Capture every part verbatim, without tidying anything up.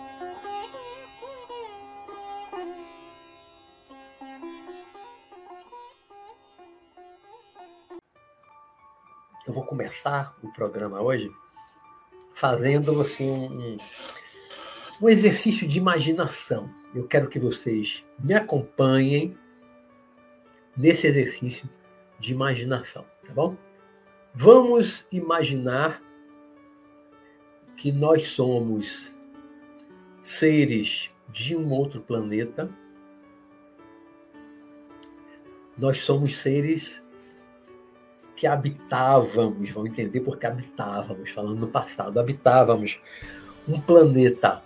Eu vou começar o programa hoje fazendo assim, um, um exercício de imaginação. Eu quero que vocês me acompanhem nesse exercício de imaginação, tá bom? Vamos imaginar que nós somos seres de um outro planeta. Nós somos seres que habitávamos, vão entender porque habitávamos, falando no passado, habitávamos um planeta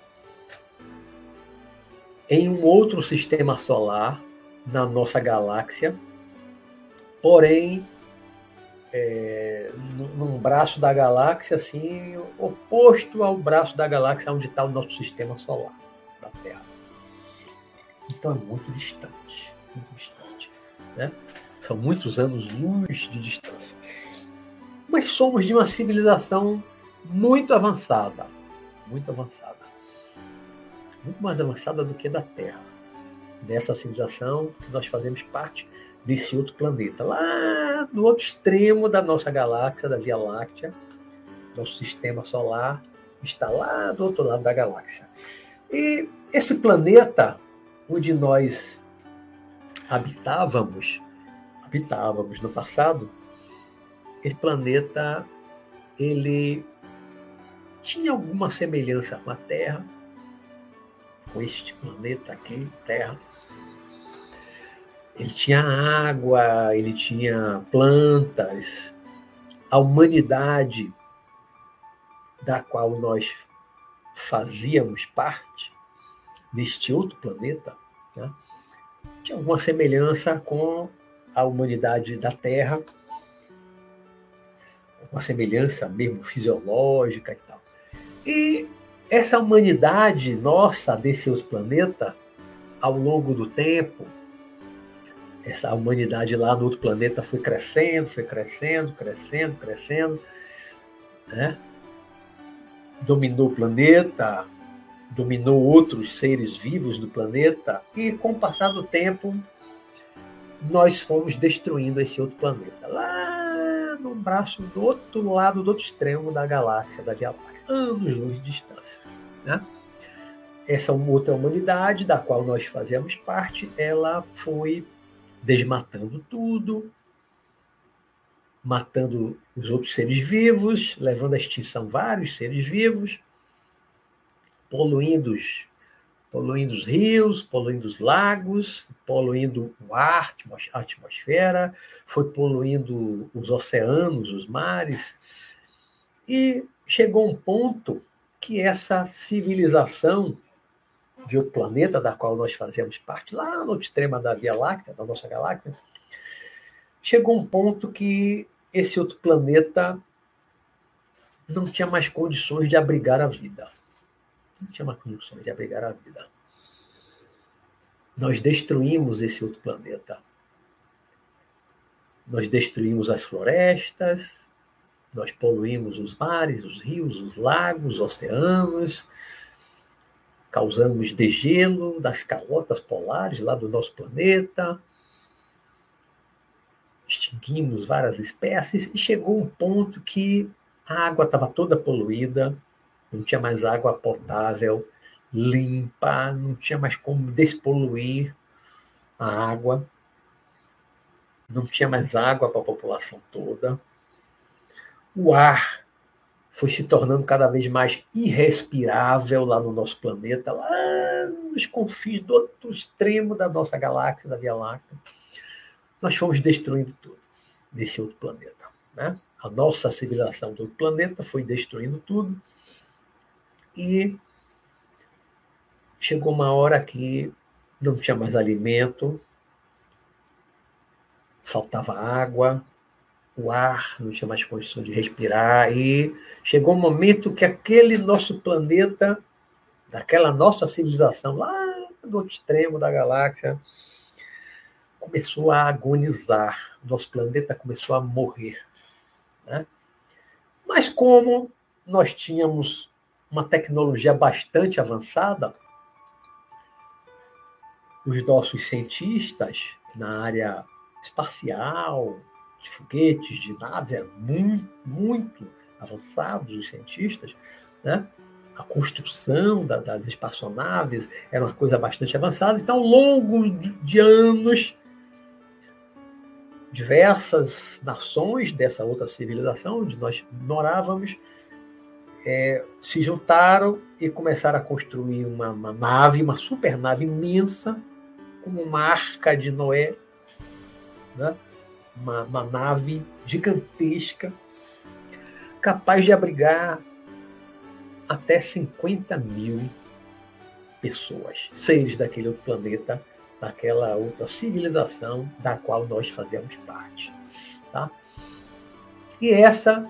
em um outro sistema solar, na nossa galáxia, porém, é, num braço da galáxia, assim, oposto ao braço da galáxia onde está o nosso sistema solar, da Terra. Então é muito distante, muito distante, né? São muitos anos-luz de distância. Mas somos de uma civilização muito avançada. Muito avançada. Muito mais avançada do que da Terra. Dessa civilização que nós fazemos parte desse outro planeta. Lá no outro extremo da nossa galáxia, da Via Láctea. Nosso sistema solar está lá do outro lado da galáxia. E esse planeta onde nós habitávamos, habitávamos no passado, esse planeta, ele tinha alguma semelhança com a Terra, com este planeta aqui, Terra. Ele tinha água, ele tinha plantas, a humanidade da qual nós fazíamos parte, deste outro planeta, né? Tinha alguma semelhança com a humanidade da Terra, uma semelhança mesmo fisiológica e tal. E essa humanidade nossa, desse outro planeta, ao longo do tempo, essa humanidade lá no outro planeta foi crescendo, foi crescendo, crescendo, crescendo, né? Dominou o planeta, dominou outros seres vivos do planeta, e com o passar do tempo, nós fomos destruindo esse outro planeta, lá no braço do outro lado, do outro extremo da galáxia, da Via Láctea, anos-luz de distância, né? Essa outra humanidade, da qual nós fazemos parte, ela foi desmatando tudo, matando os outros seres vivos, levando à extinção vários seres vivos, poluindo os, poluindo os rios, poluindo os lagos, poluindo o ar, a atmosfera, foi poluindo os oceanos, os mares, e chegou um ponto que essa civilização de outro planeta, da qual nós fazemos parte, lá no extremo da Via Láctea, da nossa galáxia, chegou um ponto que esse outro planeta não tinha mais condições de abrigar a vida. Não tinha mais condições de abrigar a vida. Nós destruímos esse outro planeta. Nós destruímos as florestas, nós poluímos os mares, os rios, os lagos, os oceanos, causamos degelo das calotas polares lá do nosso planeta, extinguimos várias espécies e chegou um ponto que a água estava toda poluída, não tinha mais água potável, limpa, não tinha mais como despoluir a água, não tinha mais água para a população toda. O ar foi se tornando cada vez mais irrespirável lá no nosso planeta, lá nos confins do outro extremo da nossa galáxia, da Via Láctea. Nós fomos destruindo tudo desse outro planeta, né? A nossa civilização do outro planeta foi destruindo tudo e chegou uma hora que não tinha mais alimento, faltava água, o ar não tinha mais condição de respirar, e chegou um momento que aquele nosso planeta, daquela nossa civilização lá do outro extremo da galáxia, começou a agonizar, nosso planeta começou a morrer, né? Mas como nós tínhamos uma tecnologia bastante avançada. Os nossos cientistas na área espacial, de foguetes, de naves, eram muito, muito avançados, os cientistas, né? A construção da, das espaçonaves era uma coisa bastante avançada. Então, ao longo de anos, diversas nações dessa outra civilização, onde nós morávamos, é, se juntaram e começaram a construir uma, uma nave, uma super nave imensa, com uma arca de Noé, né? uma, uma nave gigantesca, capaz de abrigar até cinquenta mil pessoas, seres daquele outro planeta, daquela outra civilização da qual nós fazíamos parte. Tá? E essa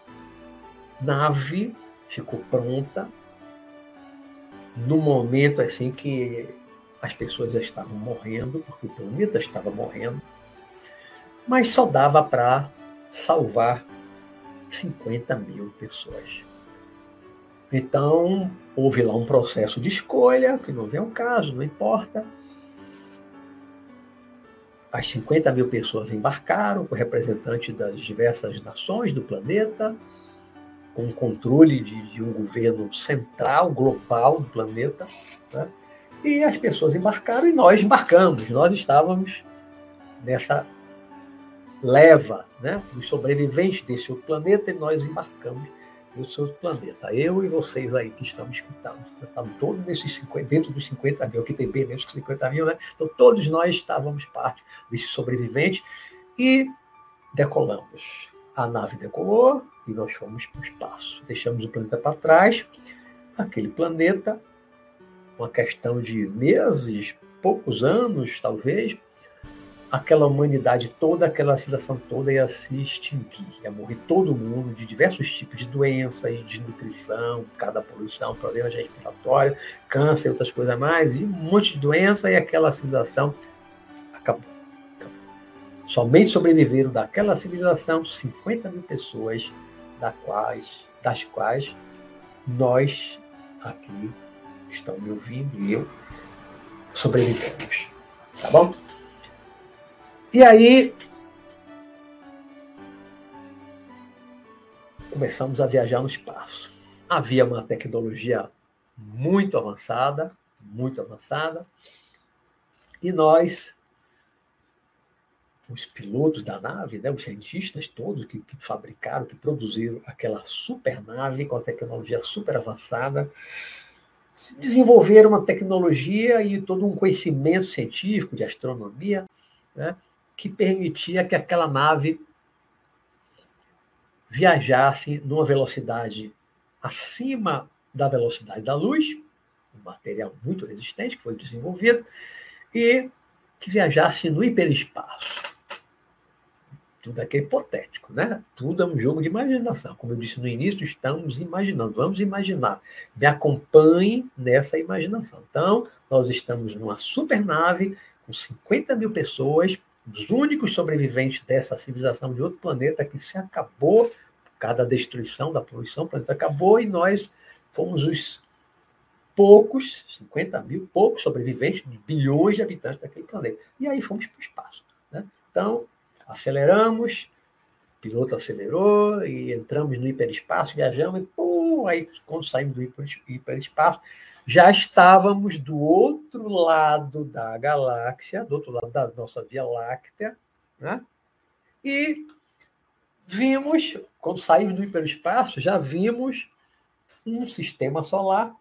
nave ficou pronta no momento assim que as pessoas já estavam morrendo, porque o planeta estava morrendo, mas só dava para salvar cinquenta mil pessoas. Então, houve lá um processo de escolha, que não vem ao caso, não importa. As cinquenta mil pessoas embarcaram, com representantes das diversas nações do planeta, com o controle de, de um governo central, global do planeta, né? E as pessoas embarcaram e nós embarcamos. Nós estávamos nessa leva, né, dos sobreviventes desse outro planeta, e nós embarcamos nesse outro planeta. Eu e vocês aí que estamos escutando. Nós estávamos todos nesses cinquenta, dentro dos cinquenta mil, que tem bem menos que cinquenta mil, né? Então todos nós estávamos parte desses sobreviventes e decolamos. A nave decolou e nós fomos para o espaço. Deixamos o planeta para trás. Aquele planeta, uma questão de meses, poucos anos, talvez, aquela humanidade toda, aquela civilização toda ia se extinguir, ia morrer todo mundo de diversos tipos de doenças, de nutrição, cada poluição, problema respiratório, câncer e outras coisas mais, e um monte de doença, e aquela civilização acabou. acabou. Somente sobreviveram daquela civilização cinquenta mil pessoas, das quais, das quais nós aqui estão me ouvindo e eu sobrevivemos. Tá bom? E aí, começamos a viajar no espaço. Havia uma tecnologia muito avançada, muito avançada, e nós, os pilotos da nave, né, os cientistas todos que, que fabricaram, que produziram aquela super nave com a tecnologia super avançada, desenvolveram uma tecnologia e todo um conhecimento científico de astronomia, né, que permitia que aquela nave viajasse numa velocidade acima da velocidade da luz, um material muito resistente que foi desenvolvido, e que viajasse no hiperespaço. Tudo aqui é hipotético, né? Tudo é um jogo de imaginação. Como eu disse no início, estamos imaginando. Vamos imaginar. Me acompanhe nessa imaginação. Então, nós estamos numa supernave com cinquenta mil pessoas, os únicos sobreviventes dessa civilização de outro planeta que se acabou por causa da destruição, da poluição, o planeta acabou e nós fomos os poucos, cinquenta mil, poucos sobreviventes de bilhões de habitantes daquele planeta. E aí fomos para o espaço, né? Então, aceleramos, o piloto acelerou e entramos no hiperespaço, viajamos e, pô, aí quando saímos do hiperespaço, já estávamos do outro lado da galáxia, do outro lado da nossa Via Láctea, né? E vimos, quando saímos do hiperespaço, já vimos um sistema solar,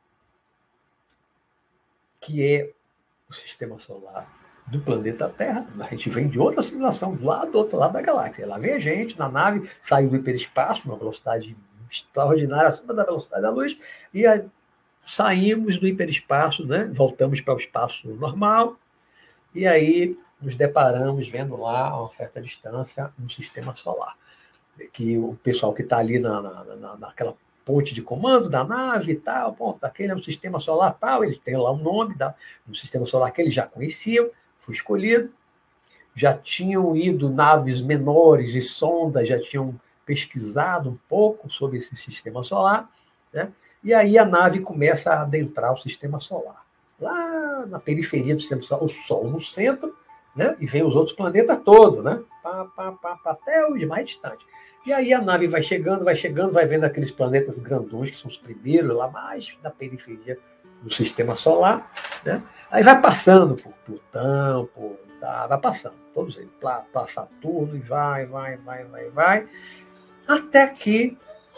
que é o sistema solar do planeta Terra. A gente vem de outra civilização, lá do outro lado da galáxia. Lá vem a gente, na nave, saiu do hiperespaço, uma velocidade extraordinária, acima da velocidade da luz, e a saímos do hiperespaço, né? Voltamos para o espaço normal, e aí nos deparamos vendo lá, a uma certa distância, um sistema solar. Que o pessoal que está ali na, na, na, naquela ponte de comando da nave e tal, ponto, aquele é um sistema solar tal, ele tem lá o um nome, da, um sistema solar que eles já conheciam, foi escolhido, já tinham ido naves menores e sondas, já tinham pesquisado um pouco sobre esse sistema solar, né? E aí a nave começa a adentrar o sistema solar. Lá na periferia do sistema solar, o Sol no centro, né? E vem os outros planetas todos, né? Pá, pá, pá, pá, até os mais distantes. E aí a nave vai chegando, vai chegando, vai vendo aqueles planetas grandões, que são os primeiros, lá mais na periferia do sistema solar, né? Aí vai passando por Plutão, por, tá, vai passando, todos eles, para Saturno, e vai, vai, vai, vai, vai, até que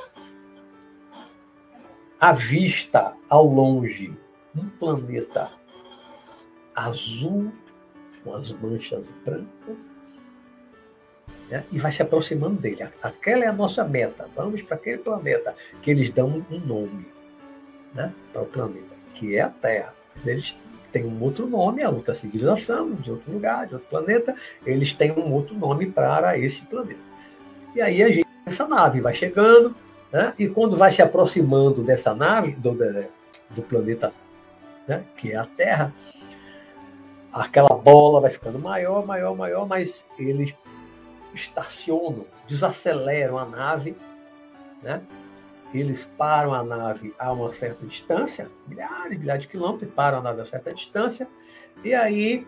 avista ao longe um planeta azul, com as manchas brancas, né? E vai se aproximando dele. Aquela é a nossa meta. Vamos para aquele planeta, que eles dão um nome, né, para o planeta, que é a Terra. Eles têm um outro nome, a outra civilização, de outro lugar, de outro planeta, eles têm um outro nome para esse planeta. E aí a gente, essa nave vai chegando, né, e quando vai se aproximando dessa nave, do, do planeta, né, que é a Terra, aquela bola vai ficando maior, maior, maior, mas eles estacionam, desaceleram a nave, né? Eles param a nave a uma certa distância, milhares, milhares de quilômetros, param a nave a certa distância, e aí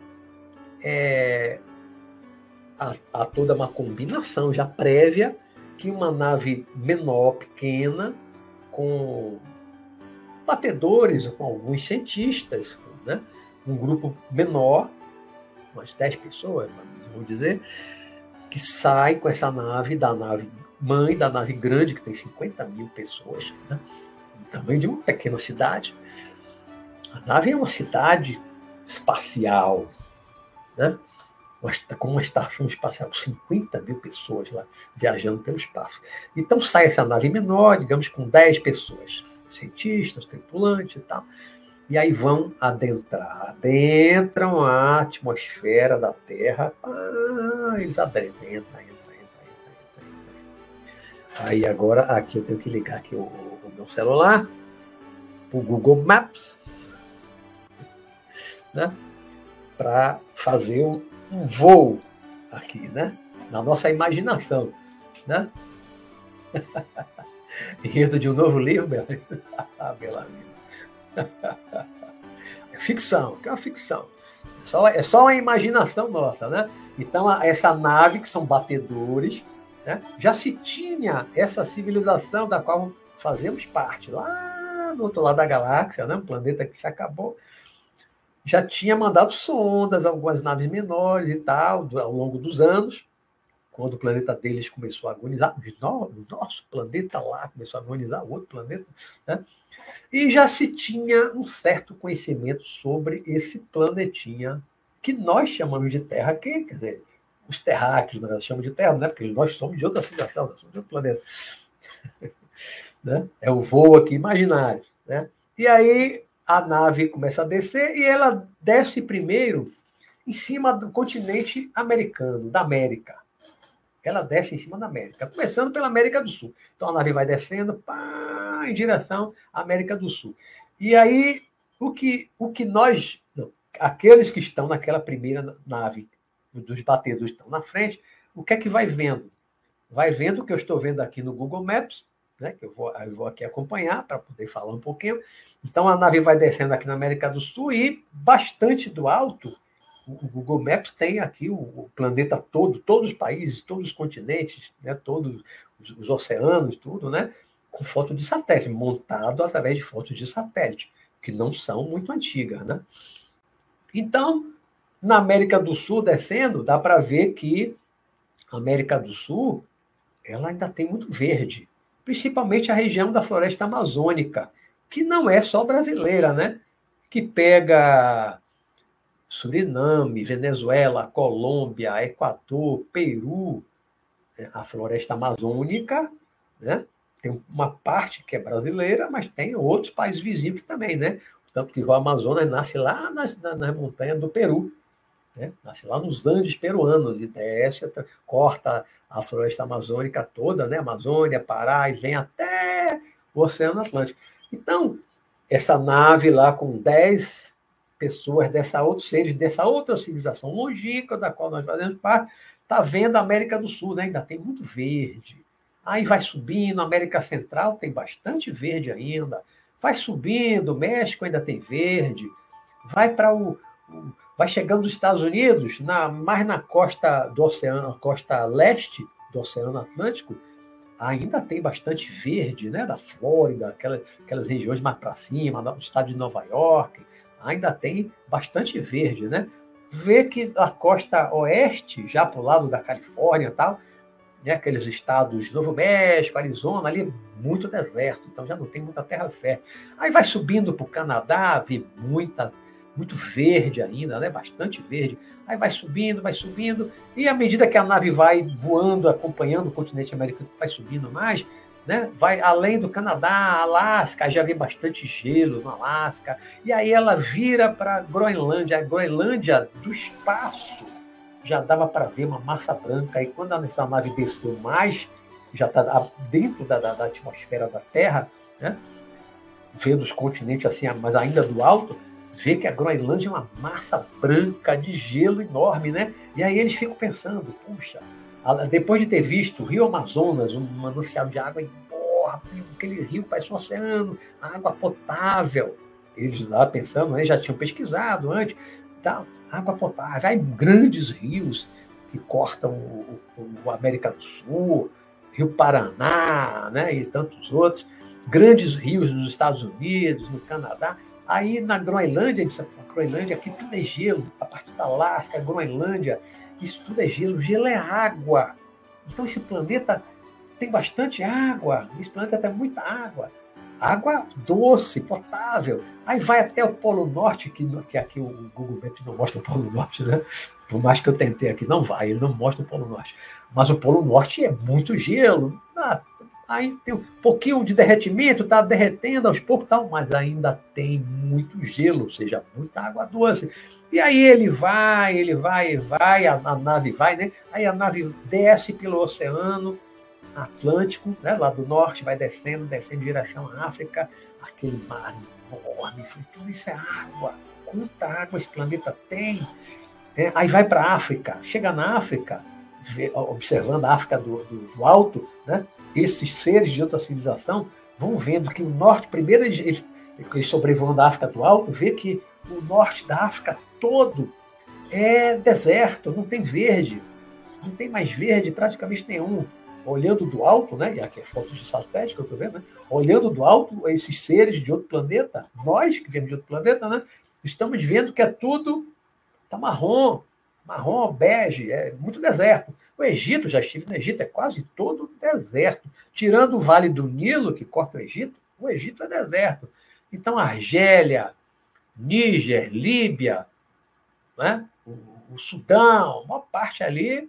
é, há, há toda uma combinação já prévia que uma nave menor, pequena, com batedores, com alguns cientistas, né? Um grupo menor, umas dez pessoas, vamos dizer, que sai com essa nave, da nave mãe, da nave grande, que tem cinquenta mil pessoas, né? O tamanho de uma pequena cidade. A nave é uma cidade espacial, né? Com uma estação espacial com cinquenta mil pessoas lá viajando pelo espaço. Então sai essa nave menor, digamos, com dez pessoas, cientistas, tripulantes e tal. E aí vão adentrar, adentram a atmosfera da Terra. Ah, eles adentram, entra, entra, entra, entra, entra. Aí agora, aqui eu tenho que ligar aqui o, o meu celular para o Google Maps, né? Para fazer um, um voo aqui, né? Na nossa imaginação, né? Enredo de um novo livro, Belarmino. Ah, Belarmino. É ficção, que é uma ficção. É só, é só uma imaginação nossa, né? Então, essa nave, que são batedores, né? Já se tinha essa civilização da qual fazemos parte, lá do outro lado da galáxia, né? Um planeta que se acabou, já tinha mandado sondas, algumas naves menores e tal, ao longo dos anos, quando o planeta deles começou a agonizar, o nosso planeta lá começou a agonizar, o outro planeta, né? E já se tinha um certo conhecimento sobre esse planetinha que nós chamamos de Terra, que, quer dizer, os terráqueos nós chamamos de Terra, né? Porque nós somos de outra civilização, nós somos de outro planeta. Né? É um voo aqui imaginário. Né? E aí a nave começa a descer e ela desce primeiro em cima do continente americano, da América. Ela desce em cima da América, começando pela América do Sul. Então a nave vai descendo pá, em direção à América do Sul. E aí, o que, o que nós, não, aqueles que estão naquela primeira nave, dos batedores estão na frente, o que é que vai vendo? Vai vendo o que eu estou vendo aqui no Google Maps, né, que eu vou, eu vou aqui acompanhar para poder falar um pouquinho. Então a nave vai descendo aqui na América do Sul e bastante do alto, o Google Maps tem aqui o planeta todo, todos os países, todos os continentes, né, todos os, os oceanos, tudo, né, com foto de satélite, montado através de fotos de satélite, que não são muito antigas. Né? Então, na América do Sul, descendo, dá para ver que a América do Sul ela ainda tem muito verde, principalmente a região da floresta amazônica, que não é só brasileira, né? Que pega Suriname, Venezuela, Colômbia, Equador, Peru, a floresta amazônica, né? Tem uma parte que é brasileira, mas tem outros países vizinhos também, né? Tanto que o Amazonas nasce lá nas, nas montanhas do Peru, né? Nasce lá nos Andes peruanos e desce, corta a floresta amazônica toda, né? Amazônia, Pará, e vem até o Oceano Atlântico. Então, essa nave lá com dez pessoas dessa outros seres, dessa outra civilização longínqua da qual nós fazemos parte, está vendo a América do Sul, né? Ainda tem muito verde. Aí vai subindo, América Central tem bastante verde ainda. Vai subindo, México ainda tem verde. Vai para o, o. Vai chegando nos Estados Unidos, na, mais na costa do oceano, costa leste do Oceano Atlântico, ainda tem bastante verde, né? Da Flórida, aquelas, aquelas regiões mais para cima, do estado de Nova York, ainda tem bastante verde, né? Vê que a costa oeste, já para o lado da Califórnia e tal, né, aqueles estados, Novo México, Arizona, ali muito deserto, então já não tem muita terra fértil. Aí vai subindo para o Canadá, vê muita, muito verde ainda, né, bastante verde. Aí vai subindo, vai subindo, e à medida que a nave vai voando, acompanhando o continente americano, vai subindo mais, né, vai além do Canadá, Alasca, já vê bastante gelo no Alasca, e aí ela vira para a Groenlândia, a Groenlândia do espaço, já dava para ver uma massa branca. E quando essa nave desceu mais, já está dentro da, da, da atmosfera da Terra, né? Vendo os continentes assim, mas ainda do alto, vê que a Groenlândia é uma massa branca de gelo enorme, né? E aí eles ficam pensando, puxa, depois de ter visto o Rio Amazonas, um manancial de água, porra, aquele rio parece um oceano, água potável. Eles lá pensando, né, já tinham pesquisado antes, tal, água potável, aí grandes rios que cortam o, o, o América do Sul, Rio Paraná, né, e tantos outros, grandes rios nos Estados Unidos, no Canadá. Aí na Groenlândia, a Groenlândia aqui tudo é gelo, a partir da Alasca, a Groenlândia, isso tudo é gelo, gelo é água. Então esse planeta tem bastante água, esse planeta tem muita água. Água doce, potável. Aí vai até o Polo Norte, que, que aqui o Google Maps não mostra o Polo Norte, né? Por mais que eu tentei aqui, não vai, ele não mostra o Polo Norte. Mas o Polo Norte é muito gelo. Ah, aí tem um pouquinho de derretimento, está derretendo aos poucos, tal, mas ainda tem muito gelo, ou seja, muita água doce. E aí ele vai, ele vai, vai, a, a nave vai, né? Aí a nave desce pelo oceano Atlântico, né, lá do norte, vai descendo, descendo em direção à África, aquele mar enorme, tudo isso é água, quanta água esse planeta tem, é, aí vai para a África, chega na África, vê, observando a África do, do, do alto, né, esses seres de outra civilização vão vendo que o norte, primeiro eles, eles sobrevoando a África do alto, vê que o norte da África todo é deserto, não tem verde, não tem mais verde praticamente nenhum. Olhando do alto, né? E aqui é fotos de satélite que eu estou vendo, né? Olhando do alto, esses seres de outro planeta, nós que viemos de outro planeta, né? Estamos vendo que é tudo tá marrom, marrom, bege, é muito deserto. O Egito, já estive no Egito, é quase todo deserto. Tirando o Vale do Nilo, que corta o Egito, o Egito é deserto. Então, Argélia, Níger, Líbia, né? o, o Sudão, uma parte ali,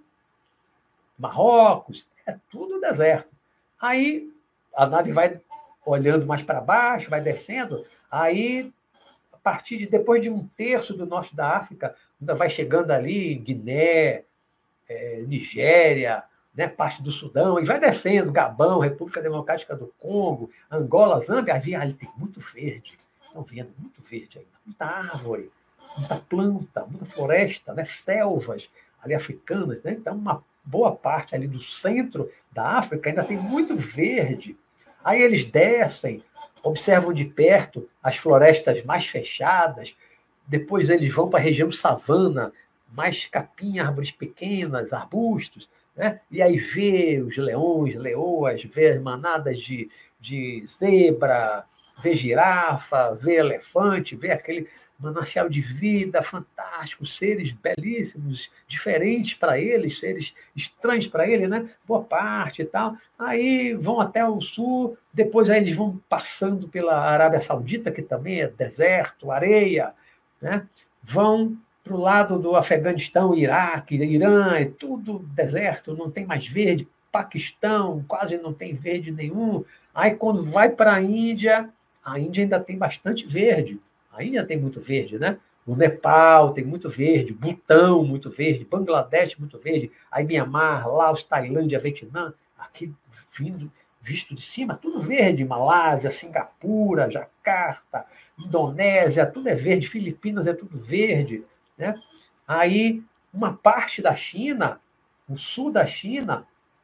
Marrocos, é tudo deserto. Aí a nave vai olhando mais para baixo, vai descendo, aí a partir de depois de um terço do norte da África, ainda vai chegando ali Guiné, é, Nigéria, né, parte do Sudão, e vai descendo, Gabão, República Democrática do Congo, Angola, Zâmbia, ali, ali tem muito verde. Estão vendo muito verde ainda, muita árvore, muita planta, muita floresta, né, selvas ali africanas, né? Então uma boa parte ali do centro da África ainda tem muito verde. Aí eles descem, observam de perto as florestas mais fechadas, depois eles vão para a região savana, mais capim, árvores pequenas, arbustos, né? E aí vê os leões, leoas, vê as manadas de, de zebra, vê girafa, vê elefante, vê aquele manancial de vida fantástico, seres belíssimos, diferentes para eles, seres estranhos para eles, né? Boa parte e tal. Aí vão até o sul, depois aí eles vão passando pela Arábia Saudita, que também é deserto, areia, né? Vão para o lado do Afeganistão, Iraque, Irã, é tudo deserto, não tem mais verde. Paquistão, quase não tem verde nenhum. Aí quando vai para a Índia, a Índia ainda tem bastante verde. A Índia tem muito verde, né? O Nepal tem muito verde, Butão muito verde, Bangladesh muito verde, aí Mianmar, Laos, Tailândia, Vietnã, aqui vindo, visto de cima, tudo verde, Malásia, Singapura, Jacarta, Indonésia, tudo é verde, Filipinas é tudo verde, né? Aí uma parte da China, o sul da China,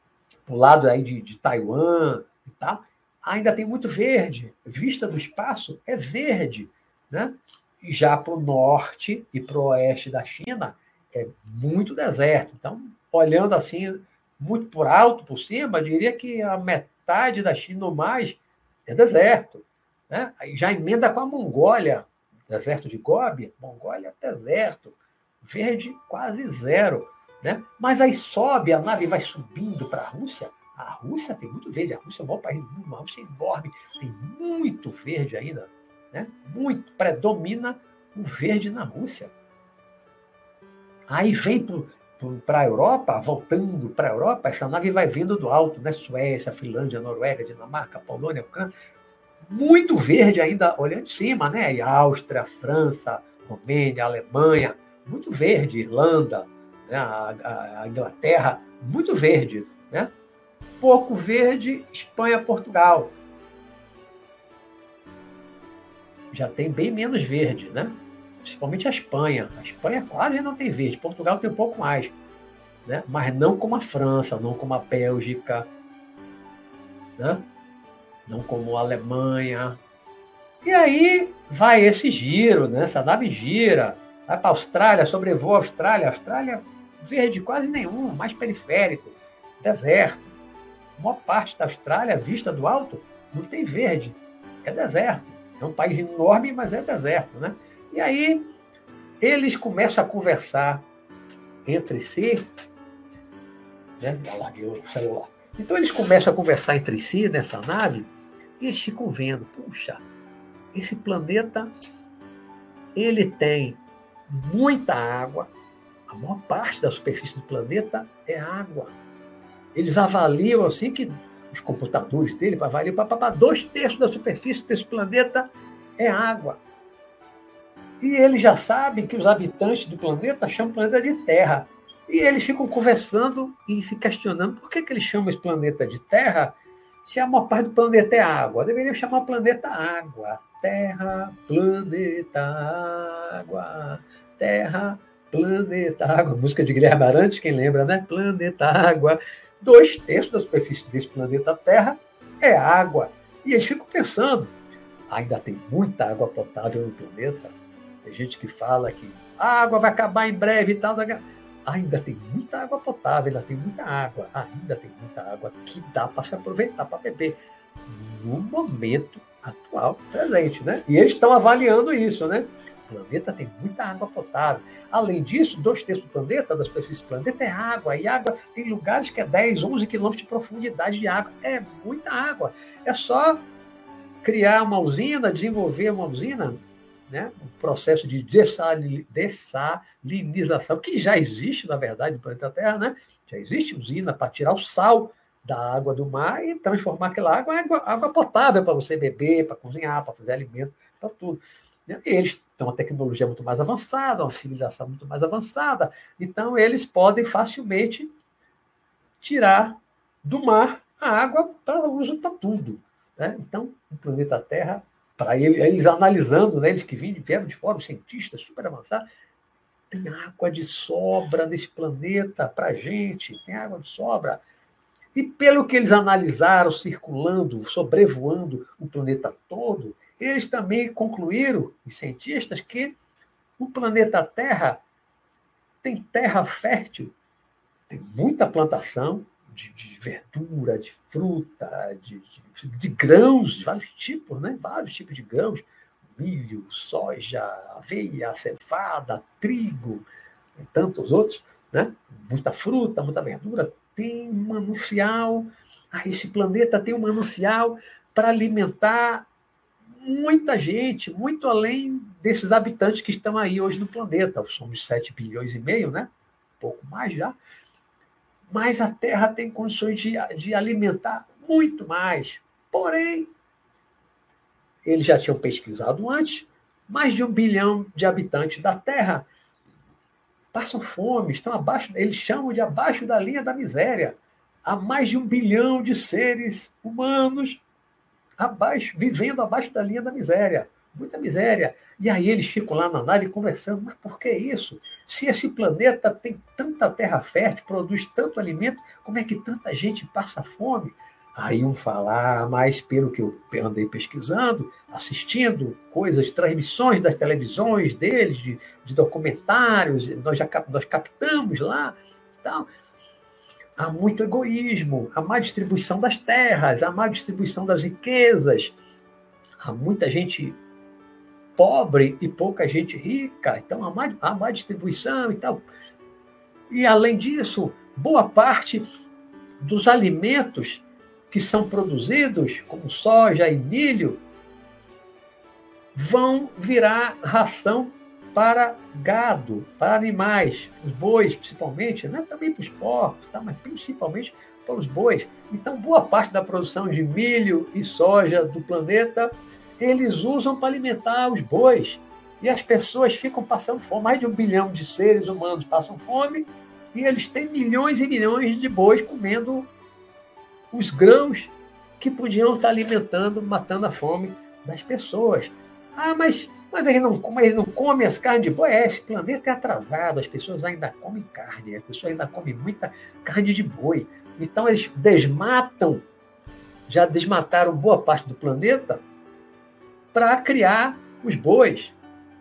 para o lado aí de, de Taiwan e tal, ainda tem muito verde. Vista do espaço é verde, né? E já para o norte e para o oeste da China é muito deserto. Então, olhando assim, muito por alto, por cima, diria que a metade da China ou mais é deserto. Né? Aí já emenda com a Mongólia, deserto de Gobi, Mongólia é deserto, verde quase zero. Né? Mas aí sobe, a nave vai subindo para a Rússia. A Rússia tem muito verde, a Rússia é o maior país do mundo, a Rússia é enorme, tem muito verde ainda. Né? Muito, predomina o verde na Rússia. Aí vem para a Europa, voltando para a Europa, essa nave vai vindo do alto, né? Suécia, Finlândia, Noruega, Dinamarca, Polônia, Ucrânia. Muito verde ainda, olhando de cima, né? E Áustria, França, Romênia, Alemanha, muito verde, Irlanda, né? a, a, a Inglaterra, muito verde, né? Pouco verde, Espanha, Portugal. Já tem bem menos verde, né? Principalmente a Espanha. A Espanha quase não tem verde, Portugal tem um pouco mais, né? Mas não como a França, não como a Bélgica, né? Não como a Alemanha. E aí vai esse giro, né? Essa nave gira, vai para a Austrália, sobrevoa a Austrália. A Austrália, verde quase nenhum, mais periférico, deserto. A maior parte da Austrália, vista do alto, não tem verde, é deserto. É um país enorme, mas é deserto, né? E aí eles começam a conversar entre si, né? Já larguei o celular. Então eles começam a conversar entre si nessa nave e eles ficam vendo, puxa, esse planeta ele tem muita água, a maior parte da superfície do planeta é água. Eles avaliam assim que os computadores dele avaliam para dois terços da superfície desse planeta é água. E eles já sabem que os habitantes do planeta chamam o planeta de Terra. E eles ficam conversando e se questionando por que, que eles chamam esse planeta de Terra se a maior parte do planeta é água. Deveriam chamar o planeta Água. Terra, planeta, água. Terra, planeta, água. Música de Guilherme Arantes, quem lembra, né? Planeta, água. Dois terços da superfície desse planeta Terra é água. E eles ficam pensando, ainda tem muita água potável no planeta. Tem gente que fala que a água vai acabar em breve e tal. Ainda tem muita água potável, ainda tem muita água, ainda tem muita água que dá para se aproveitar, para beber. No momento atual, presente, né? E eles estão avaliando isso, né? O planeta tem muita água potável. Além disso, dois terços do planeta, da superfície do planeta, é água. E água tem lugares que é dez, onze quilômetros de profundidade de água. É muita água. É só criar uma usina, desenvolver uma usina, né? Um processo de dessalinização, que já existe, na verdade, no planeta Terra, né? Já existe usina para tirar o sal da água do mar e transformar aquela água em água, água potável para você beber, para cozinhar, para fazer alimento, para tudo. E eles têm uma tecnologia muito mais avançada, uma civilização muito mais avançada, então eles podem facilmente tirar do mar a água para uso para tudo. Né? Então, o planeta Terra, para eles, eles analisando, né, eles que vieram de fora, os cientistas super avançados, tem água de sobra nesse planeta para a gente, tem água de sobra. E pelo que eles analisaram, circulando, sobrevoando o planeta todo, eles também concluíram, os cientistas, que o planeta Terra tem terra fértil, tem muita plantação de, de verdura, de fruta, de, de, de grãos, de vários tipos, né? Vários tipos de grãos, milho, soja, aveia, cevada, trigo, e tantos outros, né? Muita fruta, muita verdura. Tem um manancial, ah, esse planeta tem um manancial para alimentar muita gente, muito além desses habitantes que estão aí hoje no planeta. Somos sete bilhões e meio, né? Um pouco mais já. Mas a Terra tem condições de, de alimentar muito mais. Porém, eles já tinham pesquisado antes, mais de um bilhão de habitantes da Terra passam fome, estão abaixo, eles chamam de abaixo da linha da miséria. Há mais de um bilhão de seres humanos abaixo, vivendo abaixo da linha da miséria. muita miséria. E aí eles ficam lá na nave conversando, mas por que isso? Se esse planeta tem tanta terra fértil, produz tanto alimento, como é que tanta gente passa fome? Aí um fala, ah, mas pelo que eu andei pesquisando, assistindo coisas, transmissões das televisões deles, de, de documentários, nós já nós captamos lá, então, há muito egoísmo, há má distribuição das terras, há má distribuição das riquezas, há muita gente pobre e pouca gente rica, então há má, há má distribuição e tal. E, além disso, boa parte dos alimentos que são produzidos, como soja e milho, vão virar ração para gado, para animais, os bois principalmente, né? Também para os porcos, tá? Mas principalmente para os bois. Então, boa parte da produção de milho e soja do planeta, eles usam para alimentar os bois. E as pessoas ficam passando fome. Mais de um bilhão de seres humanos passam fome e eles têm milhões e milhões de bois comendo os grãos que podiam estar alimentando, matando a fome das pessoas. Ah, mas, mas, eles não, mas eles não comem as carnes de boi? É, esse planeta é atrasado, as pessoas ainda comem carne, as pessoas ainda comem muita carne de boi. Então, eles desmatam, já desmataram boa parte do planeta para criar os bois.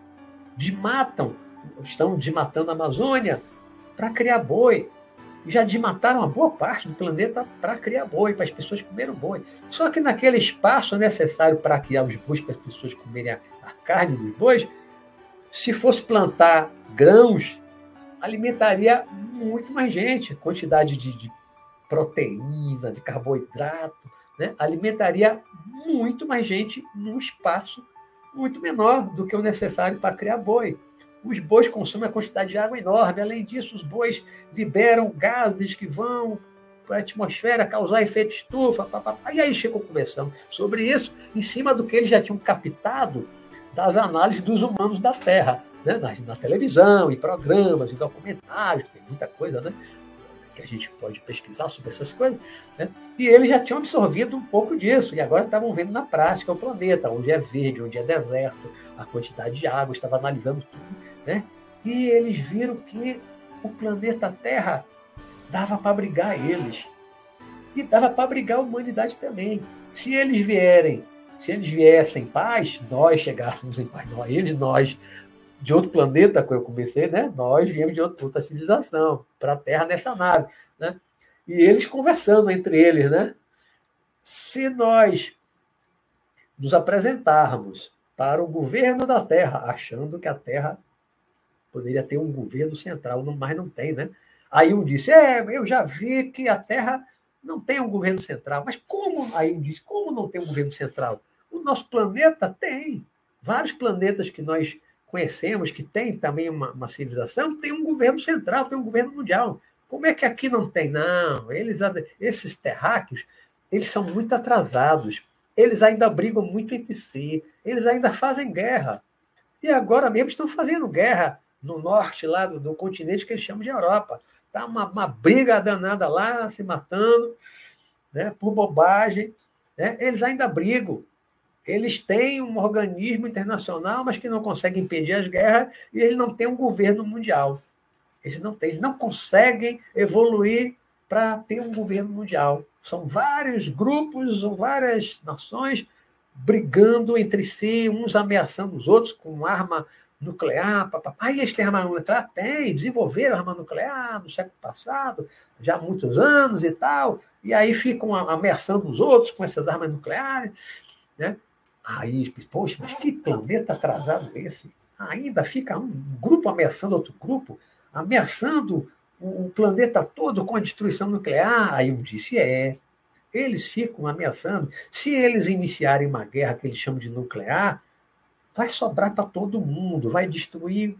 Desmatam, estão desmatando a Amazônia para criar boi. Já desmataram uma boa parte do planeta para criar boi, para as pessoas comerem boi. Só que naquele espaço necessário para criar os bois, para as pessoas comerem a, a carne dos bois, se fosse plantar grãos, alimentaria muito mais gente. Quantidade de, de proteína, de carboidrato, né? Alimentaria muito mais gente num espaço muito menor do que o necessário para criar boi. Os bois consomem uma quantidade de água enorme. Além disso, os bois liberam gases que vão para a atmosfera causar efeito estufa. Pá, pá, pá. E aí chegou conversando sobre isso, em cima do que eles já tinham captado das análises dos humanos da Terra, né? na, na televisão, em programas, em documentários, tem muita coisa, né? Que a gente pode pesquisar sobre essas coisas, né? E eles já tinham absorvido um pouco disso, e agora estavam vendo na prática o planeta, onde é verde, onde é deserto, a quantidade de água, estava analisando tudo, né? E eles viram que o planeta Terra dava para abrigar eles, e dava para abrigar a humanidade também. Se eles vierem, se eles viessem em paz, nós chegássemos em paz, nós, eles, nós, de outro planeta, que eu comecei, né? Nós viemos de outra civilização para a Terra nessa nave, né? E eles conversando entre eles, né? Se nós nos apresentarmos para o governo da Terra, achando que a Terra poderia ter um governo central, mas não tem, né? Aí um disse, é, eu já vi que a Terra não tem um governo central. Mas como? Aí um disse, como não tem um governo central? O nosso planeta tem. Vários planetas que nós conhecemos, que tem também uma, uma civilização, tem um governo central, tem um governo mundial. Como é que aqui não tem? Não, eles, esses terráqueos, eles são muito atrasados, eles ainda brigam muito entre si, eles ainda fazem guerra. E agora mesmo estão fazendo guerra no norte lá do, do continente que eles chamam de Europa. Está uma, uma briga danada lá, se matando, né, por bobagem. Né? Eles ainda brigam. Eles têm um organismo internacional, mas que não consegue impedir as guerras, e eles não têm um governo mundial. Eles não têm, eles não conseguem evoluir para ter um governo mundial. São vários grupos, são várias nações brigando entre si, uns ameaçando os outros com arma nuclear. Papapá. E eles têm arma nuclear? Tem, desenvolveram arma nuclear no século passado, já há muitos anos e tal, e aí ficam ameaçando os outros com essas armas nucleares, né? Aí, poxa, mas que planeta atrasado esse? Ainda fica um grupo ameaçando outro grupo, ameaçando o planeta todo com a destruição nuclear. Aí um disse, é, eles ficam ameaçando. Se eles iniciarem uma guerra que eles chamam de nuclear, vai sobrar para todo mundo, vai destruir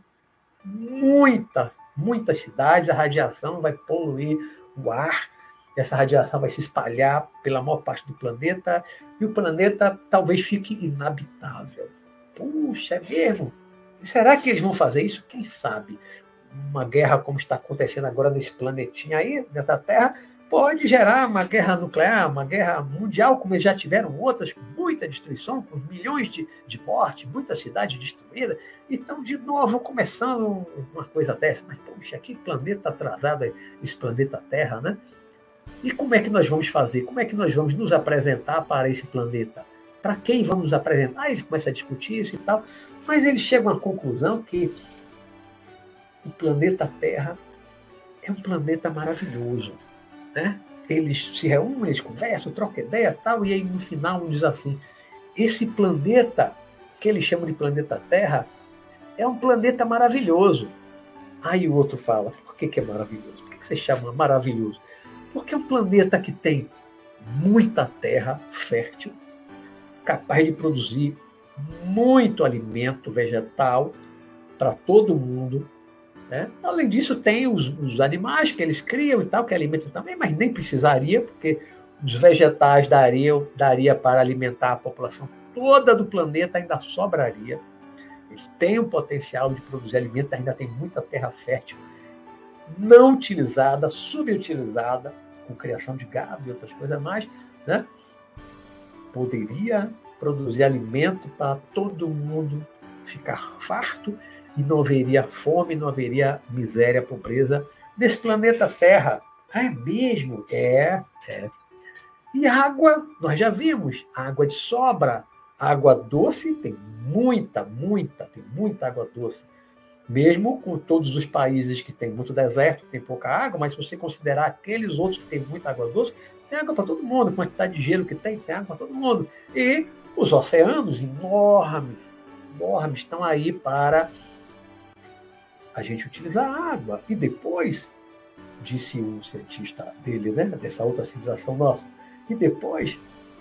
muita, muitas cidades, a radiação vai poluir o ar, essa radiação vai se espalhar pela maior parte do planeta e o planeta talvez fique inabitável. Puxa, é mesmo? Será que eles vão fazer isso? Quem sabe? Uma guerra como está acontecendo agora nesse planetinha aí, nessa Terra, pode gerar uma guerra nuclear, uma guerra mundial, como já tiveram outras, com muita destruição, com milhões de, de mortes, muitas cidades destruídas. Então, de novo, começando uma coisa dessa. Mas, poxa, que planeta atrasado é esse planeta Terra, né? E como é que nós vamos fazer? Como é que nós vamos nos apresentar para esse planeta? Para quem vamos nos apresentar? Eles começam a discutir isso e tal. Mas eles chegam à conclusão que o planeta Terra é um planeta maravilhoso, né? Eles se reúnem, eles conversam, trocam ideia e tal, e aí no final um diz assim, esse planeta, que eles chamam de planeta Terra, é um planeta maravilhoso. Aí o outro fala, por que, que é maravilhoso? Por que, que você chama maravilhoso? Porque é um planeta que tem muita terra fértil, capaz de produzir muito alimento vegetal para todo mundo, né? Além disso, tem os, os animais que eles criam e tal, que alimentam também, mas nem precisaria, porque os vegetais dariam, daria para alimentar a população toda do planeta, ainda sobraria. Eles têm o potencial de produzir alimento, ainda tem muita terra fértil não utilizada, subutilizada, com criação de gado e outras coisas mais, né? Poderia produzir alimento para todo mundo ficar farto e não haveria fome, não haveria miséria, pobreza nesse planeta Terra. Ah, é mesmo? É, é. E água, nós já vimos, água de sobra, água doce, tem muita, muita, tem muita água doce. Mesmo com todos os países que tem muito deserto, que tem pouca água, mas se você considerar aqueles outros que tem muita água doce, tem água para todo mundo, a quantidade de gelo que tem, tem água para todo mundo. E os oceanos enormes, enormes, estão aí para a gente utilizar a água. E depois, disse o cientista dele, né, dessa outra civilização nossa, e depois,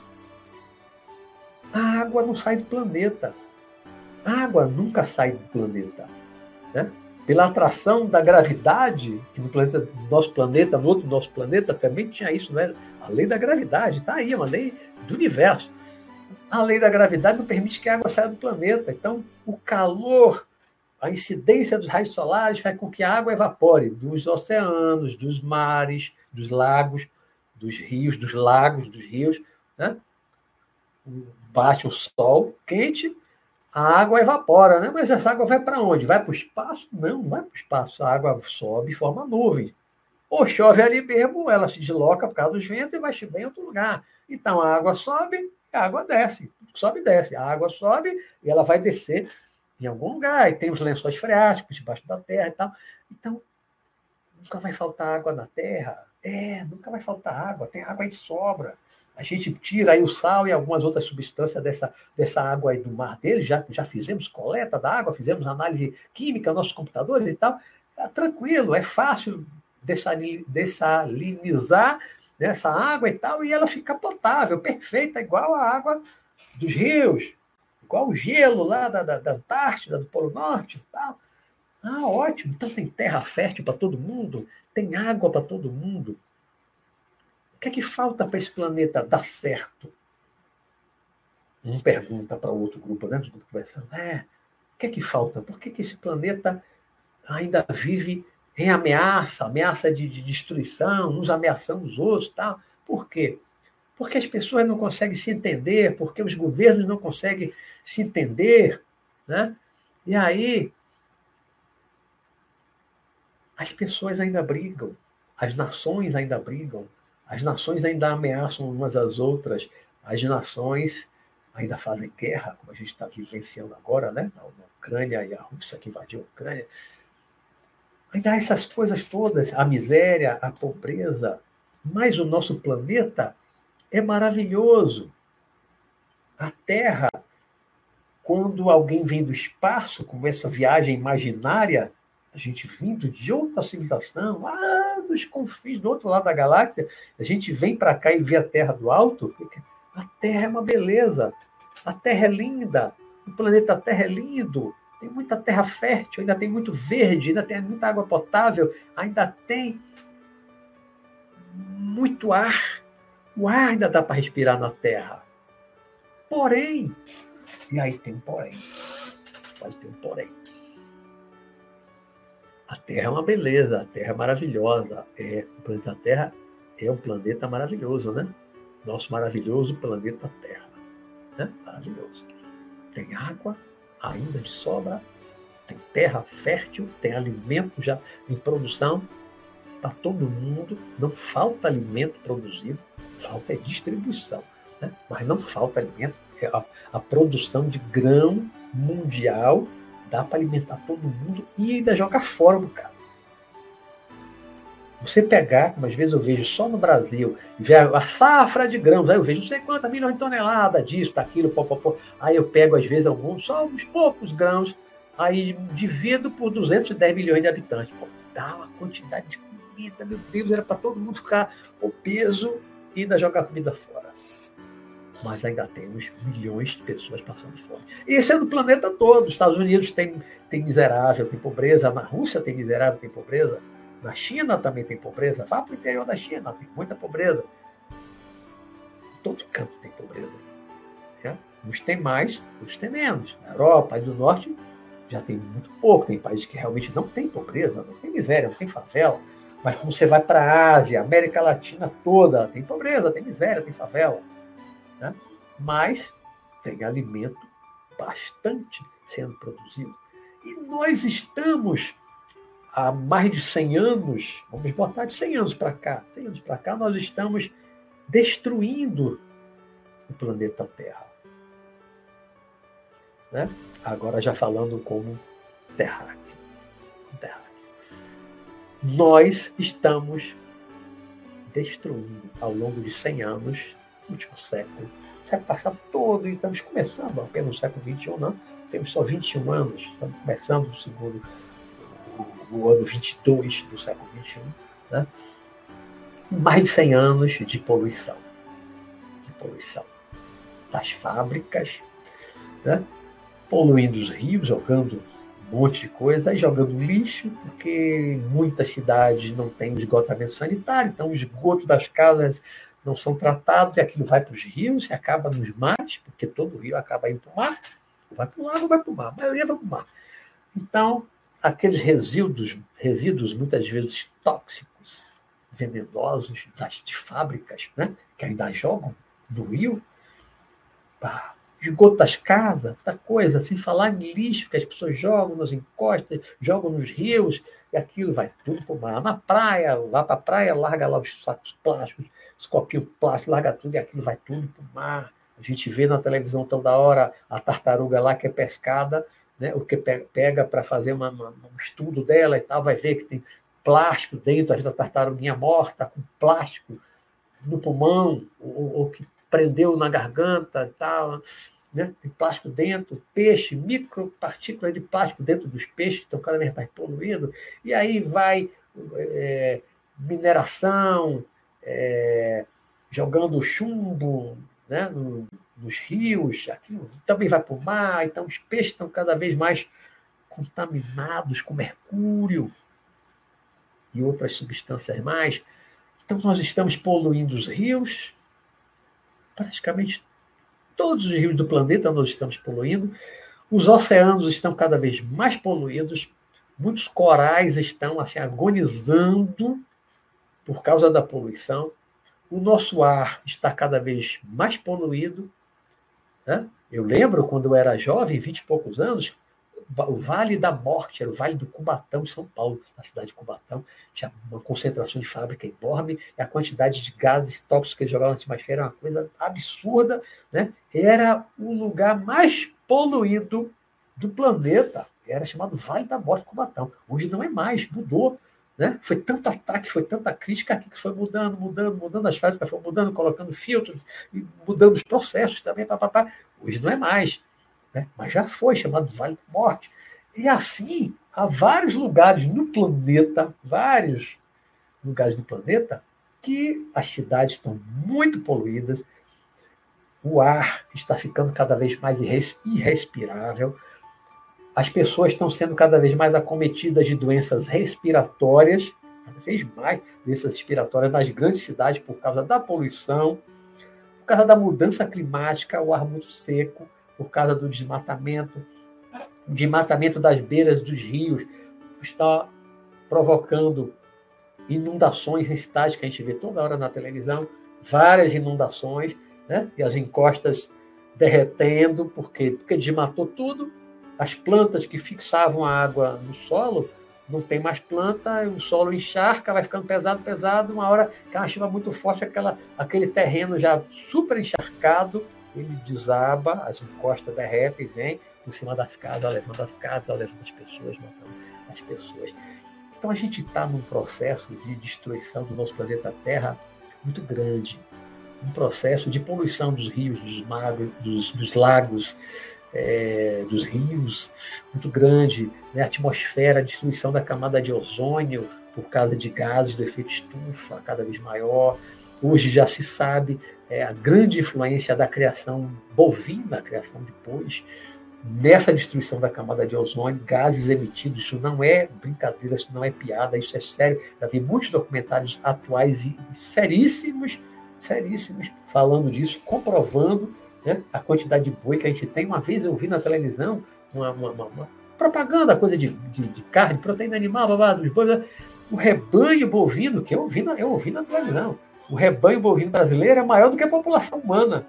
a água não sai do planeta. A água nunca sai do planeta. Né? Pela atração da gravidade, que no, planeta, no nosso planeta, no outro nosso planeta, também tinha isso, né? A lei da gravidade, está aí, uma lei do universo. A lei da gravidade não permite que a água saia do planeta. Então, o calor, a incidência dos raios solares faz com que a água evapore dos oceanos, dos mares, dos lagos, dos rios, dos lagos, dos rios. Né? Bate o sol quente, a água evapora, né? Mas essa água vai para onde? Vai para o espaço? Não, não vai para o espaço. A água sobe e forma nuvem. Ou chove ali mesmo, ela se desloca por causa dos ventos e vai chover em outro lugar. Então a água sobe e a água desce. Sobe e desce. A água sobe e ela vai descer em algum lugar. E tem os lençóis freáticos debaixo da terra e tal. Então, nunca vai faltar água na terra. É, nunca vai faltar água. Tem água de sobra. A gente tira aí o sal e algumas outras substâncias dessa, dessa água aí do mar dele, já, já fizemos coleta da água, fizemos análise química, nossos computadores e tal. É tranquilo, é fácil dessalinizar né, essa água e tal, e ela fica potável, perfeita, igual a água dos rios, igual o gelo lá da, da, da Antártida, do Polo Norte e tal. Ah, ótimo, então tem terra fértil para todo mundo, tem água para todo mundo. O que é que falta para esse planeta dar certo? Um pergunta para o outro grupo, né? Conversando. É, o que é que falta? Por que, que esse planeta ainda vive em ameaça, ameaça de, de destruição, uns ameaçando os outros e tal? Por quê? Porque as pessoas não conseguem se entender, porque os governos não conseguem se entender, né? E aí as pessoas ainda brigam, as nações ainda brigam, as nações ainda ameaçam umas às outras, as nações ainda fazem guerra, como a gente está vivenciando agora, né? Na Ucrânia e a Rússia que invadiu a Ucrânia. Ainda há essas coisas todas, a miséria, a pobreza, mas o nosso planeta é maravilhoso. A Terra, quando alguém vem do espaço, como essa viagem imaginária, a gente vindo de outra civilização, lá dos confins, do outro lado da galáxia, a gente vem para cá e vê a Terra do alto, a Terra é uma beleza, a Terra é linda, o planeta Terra é lindo, tem muita terra fértil, ainda tem muito verde, ainda tem muita água potável, ainda tem muito ar, o ar ainda dá para respirar na Terra. Porém, e aí tem um porém, pode ter um porém. A Terra é uma beleza, a Terra é maravilhosa, é, o planeta Terra é um planeta maravilhoso, né? Nosso maravilhoso planeta Terra. Né? Maravilhoso. Tem água ainda de sobra, tem terra fértil, tem alimento já em produção para todo mundo, não falta alimento produzido, falta é distribuição, né? Mas não falta alimento, é a, a produção de grão mundial dá para alimentar todo mundo e ainda jogar fora um bocado. Você pegar, como às vezes eu vejo só no Brasil, ver a safra de grãos, aí eu vejo não sei quantas milhões de toneladas disso, daquilo, pó, pó, pó. Aí eu pego, às vezes, alguns, só uns poucos grãos, aí divido por duzentos e dez milhões de habitantes. Pô, dá uma quantidade de comida, meu Deus, era para todo mundo ficar obeso e ainda jogar comida fora. Mas ainda temos milhões de pessoas passando fome. E esse é no planeta todo. Os Estados Unidos tem, tem miserável, tem pobreza, na Rússia tem miserável, tem pobreza. Na China também tem pobreza. Vá para o interior da China, tem muita pobreza. Em todo canto tem pobreza. É? Uns tem mais, outros tem menos. Na Europa e do Norte já tem muito pouco. Tem países que realmente não tem pobreza, não tem miséria, não tem favela. Mas como você vai para a Ásia, América Latina toda, tem pobreza, tem miséria, tem favela. Né? Mas tem alimento bastante sendo produzido. E nós estamos... há mais de cem anos, vamos botar de cem anos para cá, cem anos para cá, nós estamos destruindo o planeta Terra. Né? Agora já falando como terráqueo. terráqueo. Nós estamos destruindo ao longo de cem anos, no último século, o século passado todo, e estamos começando apenas no século vinte e um, não, temos só vinte e um anos, estamos começando o segundo no ano vinte e dois do século vinte e um, né? Mais de cem anos de poluição. De poluição. Das fábricas, né? Poluindo os rios, jogando um monte de coisa, aí jogando lixo, porque muitas cidades não têm esgotamento sanitário, então o esgoto das casas não são tratados, e aquilo vai para os rios e acaba nos mares, porque todo rio acaba indo para o mar, vai para o lago, vai para o mar, a maioria vai para o mar. Então, aqueles resíduos, resíduos muitas vezes tóxicos, venenosos das, de fábricas, né, que ainda jogam no rio, pá, esgoto das casas, outra coisa, sem falar em lixo que as pessoas jogam nas encostas, jogam nos rios, e aquilo vai tudo para o mar. Na praia, vai para a praia, larga lá os sacos plásticos, os copinhos plásticos, larga tudo, e aquilo vai tudo para o mar. A gente vê na televisão toda hora a tartaruga lá que é pescada, né, o que pega para fazer uma, uma, um estudo dela e tal, vai ver que tem plástico dentro, a tartaruguinha morta, com plástico no pulmão, ou, ou que prendeu na garganta e tal, né? Tem plástico dentro, peixe, micropartículas de plástico dentro dos peixes, que estão cada vez mais poluídos, e aí vai é, mineração, é, jogando chumbo, né, no, nos rios, aquilo também vai para o mar, então os peixes estão cada vez mais contaminados com mercúrio e outras substâncias mais. Então nós estamos poluindo os rios, praticamente todos os rios do planeta nós estamos poluindo, os oceanos estão cada vez mais poluídos, muitos corais estão assim, agonizando por causa da poluição, o nosso ar está cada vez mais poluído. Né? Eu lembro, quando eu era jovem, vinte e poucos anos, o Vale da Morte, era o Vale do Cubatão, em São Paulo, na cidade de Cubatão, tinha uma concentração de fábrica enorme, e a quantidade de gases tóxicos que eles jogavam na atmosfera era uma coisa absurda. Né? Era o lugar mais poluído do planeta, era chamado Vale da Morte, Cubatão. Hoje não é mais, mudou. Né? Foi tanto ataque, foi tanta crítica aqui que foi mudando, mudando, mudando as fábricas, foi mudando, colocando filtros, e mudando os processos também. Pá, pá, pá. Hoje não é mais. Né? Mas já foi chamado Vale da Morte. E assim, há vários lugares no planeta, vários lugares do planeta, que as cidades estão muito poluídas, o ar está ficando cada vez mais irrespirável, as pessoas estão sendo cada vez mais acometidas de doenças respiratórias, cada vez mais doenças respiratórias nas grandes cidades por causa da poluição, por causa da mudança climática, o ar muito seco, por causa do desmatamento, o desmatamento das beiras dos rios está provocando inundações em cidades que a gente vê toda hora na televisão, várias inundações, né? E as encostas derretendo, por quê? Porque desmatou tudo, as plantas que fixavam a água no solo, não tem mais planta, o solo encharca, vai ficando pesado, pesado, uma hora que é uma chuva muito forte, aquela, aquele terreno já super encharcado, ele desaba, as encostas derretem, vem por cima das casas, levando as casas, levando as pessoas, matando as pessoas. Então a gente está num processo de destruição do nosso planeta Terra muito grande, um processo de poluição dos rios, dos, magos, dos, dos lagos, é, dos rios, muito grande, né? A atmosfera, a destruição da camada de ozônio por causa de gases do efeito estufa cada vez maior. Hoje já se sabe é, a grande influência da criação bovina, a criação de bois, nessa destruição da camada de ozônio, gases emitidos, isso não é brincadeira, isso não é piada, isso é sério. Já vi muitos documentários atuais e seríssimos, seríssimos, falando disso, comprovando, né, a quantidade de boi que a gente tem. Uma vez eu vi na televisão uma, uma, uma, uma propaganda, coisa de, de, de carne, proteína animal, babá, dos bois, o rebanho bovino, que eu ouvi, na, eu ouvi na televisão, o rebanho bovino brasileiro é maior do que a população humana.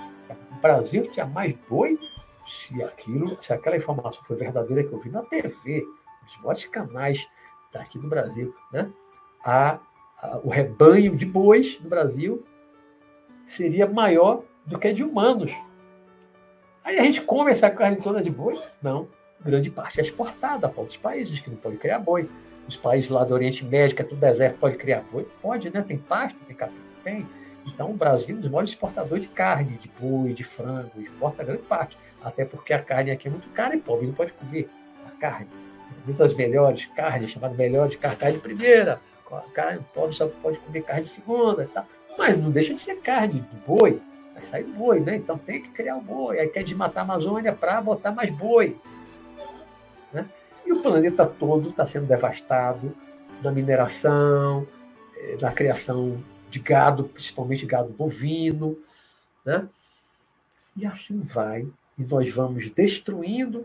O Brasil tinha mais boi. Se aquilo, se aquela informação foi verdadeira que eu vi na T V, nos maiores canais daqui do Brasil, né? A, a, o rebanho de bois no Brasil seria maior do que de humanos. Aí a gente come essa carne toda de boi? Não. Grande parte é exportada para outros países que não podem criar boi. Os países lá do Oriente Médio, que é tudo deserto, pode criar boi? Pode, né? Tem pasto, tem capim, tem. Então o Brasil é um dos maiores exportadores de carne, de boi, de frango, exporta grande parte. Até porque a carne aqui é muito cara e pobre não pode comer a carne. Uma das melhores carnes, chamadas melhores carne, carne de primeira. A carne pobre só pode comer carne de segunda. Tá? Mas não deixa de ser carne do boi. Vai sair do boi, né? Então tem que criar o boi. Aí quer desmatar a Amazônia para botar mais boi. Né? E o planeta todo está sendo devastado na mineração, na criação de gado, principalmente gado bovino. Né? E assim vai. E nós vamos destruindo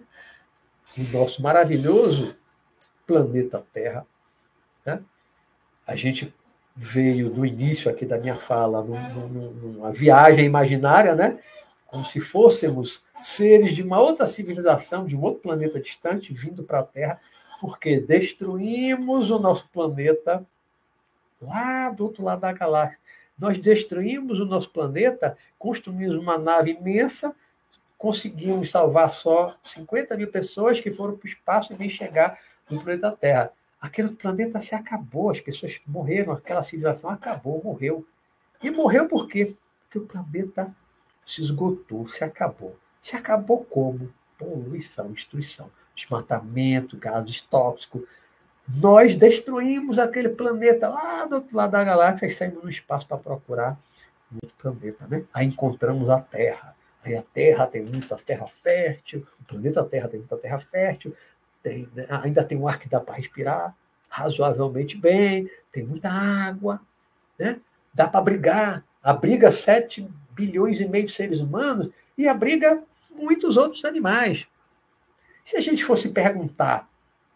o nosso maravilhoso planeta Terra. Né? A gente veio no início aqui da minha fala num, num, numa viagem imaginária, né? Como se fôssemos seres de uma outra civilização, de um outro planeta distante, vindo para a Terra, porque destruímos o nosso planeta lá do outro lado da galáxia. Nós destruímos o nosso planeta, construímos uma nave imensa, conseguimos salvar só cinquenta mil pessoas que foram para o espaço e nem chegar no planeta Terra. Aquele planeta se acabou, as pessoas morreram, aquela civilização acabou, morreu. E morreu por quê? Porque o planeta se esgotou, se acabou. Se acabou como? Poluição, destruição, desmatamento, gases tóxicos. Nós destruímos aquele planeta lá do outro lado da galáxia e saímos no espaço para procurar um outro planeta. Né? Aí encontramos a Terra. Aí a Terra tem muita terra fértil, o planeta Terra tem muita terra fértil, tem, né, ainda tem um ar que dá para respirar razoavelmente bem, tem muita água, né? Dá para abrigar, abriga sete bilhões e meio de seres humanos e abriga muitos outros animais. Se a gente fosse perguntar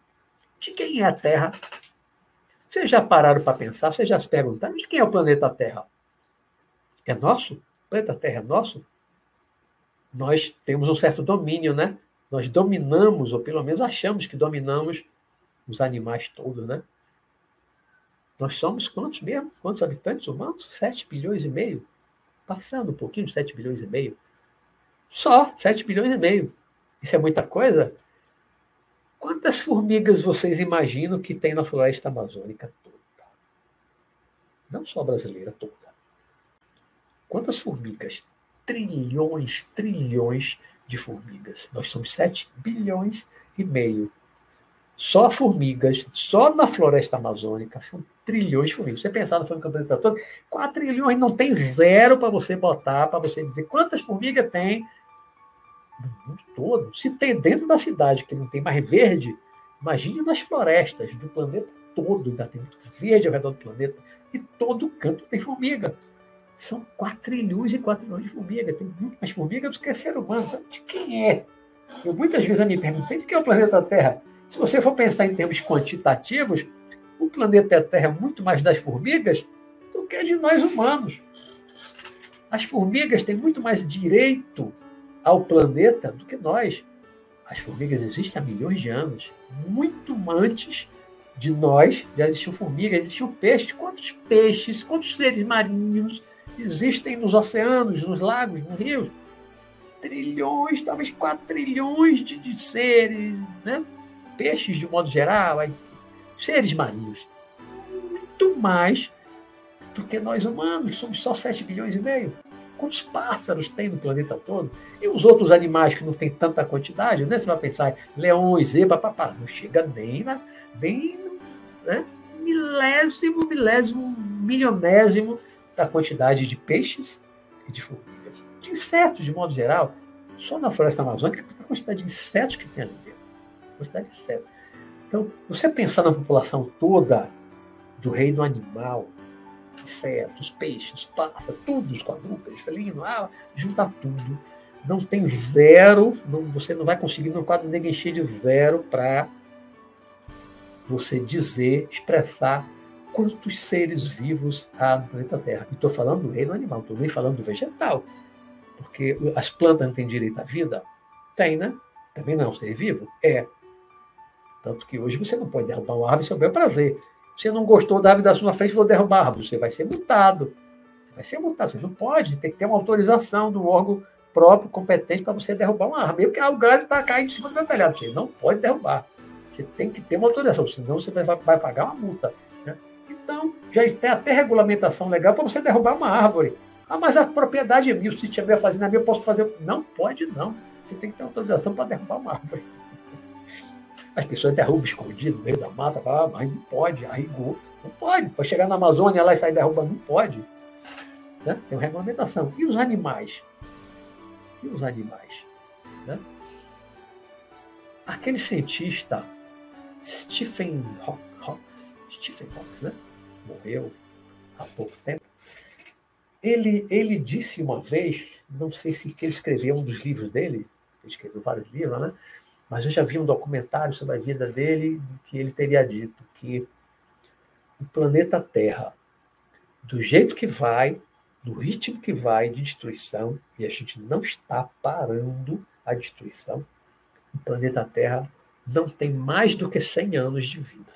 de quem é a Terra, vocês já pararam para pensar, vocês já se perguntaram de quem é o planeta Terra? É nosso? O planeta Terra é nosso? Nós temos um certo domínio, né? Nós dominamos, ou pelo menos achamos que dominamos os animais todos, né? Nós somos quantos mesmo? Quantos habitantes humanos? sete bilhões e meio. Passando um pouquinho de sete bilhões e meio. Só sete bilhões e meio. Isso é muita coisa? Quantas formigas vocês imaginam que tem na floresta amazônica toda? Não só brasileira, toda. Quantas formigas? Trilhões, trilhões de formigas. Nós somos sete bilhões e meio. Só formigas, só na floresta amazônica, são trilhões de formigas. Você pensar no planeta todo, quatro trilhões, não tem zero para você botar, para você dizer quantas formigas tem no mundo todo. Se tem dentro da cidade que não tem mais verde, imagine nas florestas do planeta todo, ainda tem muito verde ao redor do planeta, e todo canto tem formiga. São quatro trilhões e quatro trilhões de formigas. Tem muito mais formiga do que ser humano. Então, de quem é? Eu muitas vezes eu me perguntei de quem é o planeta Terra. Se você for pensar em termos quantitativos, o planeta Terra é muito mais das formigas do que de nós humanos. As formigas têm muito mais direito ao planeta do que nós. As formigas existem há milhões de anos. Muito antes de nós já existiam formigas, existiam peixes. Quantos peixes, quantos seres marinhos existem nos oceanos, nos lagos, nos rios? Trilhões, talvez quatro trilhões de, de seres, né? Peixes de um modo geral, aí, seres marinhos. Muito mais do que nós humanos, somos só sete bilhões e meio. Quantos pássaros tem no planeta todo? E os outros animais que não tem tanta quantidade, né? Você vai pensar em leões, zebra, papá, não chega nem, na, nem né? milésimo, milésimo, milionésimo da quantidade de peixes e de formigas. De insetos, de modo geral, só na floresta amazônica, a quantidade de insetos que tem ali dentro. A quantidade de insetos. Então, você pensar na população toda do reino animal, insetos, peixes, pássaros, tudo, os quadrúpedes, felinos, ah, juntar tudo. Não tem zero, não, você não vai conseguir no quadro negro encher de zero para você dizer, expressar quantos seres vivos há no planeta Terra. E estou falando do reino animal, não estou nem falando do vegetal. Porque as plantas não têm direito à vida? Tem, né? Também não, ser vivo? É. Tanto que hoje você não pode derrubar uma árvore, seu bel prazer. Você não gostou da árvore da sua frente, vou derrubar a árvore. Você vai ser multado. Você vai ser multado. Você não pode. Tem que ter uma autorização do órgão próprio, competente, para você derrubar uma árvore. Mesmo que o galho está caindo em cima do meu telhado. Você não pode derrubar. Você tem que ter uma autorização, senão você vai, vai pagar uma multa. Né? Então, já tem até regulamentação legal para você derrubar uma árvore. Ah, mas a propriedade é minha, o sítio é meu, a fazenda é minha, eu posso fazer. Não pode, não. Você tem que ter autorização para derrubar uma árvore. As pessoas derrubam escondido no meio da mata, mas não pode, a rigor. Não pode. Para chegar na Amazônia lá e sair derrubando, não pode. Né? Tem uma regulamentação. E os animais? E os animais? Né? Aquele cientista, Stephen Hawking, Stephen Hawking, né? Morreu há pouco tempo. Ele, ele disse uma vez, não sei se que ele escreveu um dos livros dele, ele escreveu vários livros, né? Mas eu já vi um documentário sobre a vida dele que ele teria dito que o planeta Terra, do jeito que vai, do ritmo que vai de destruição, e a gente não está parando a destruição, o planeta Terra não tem mais do que cem anos de vida.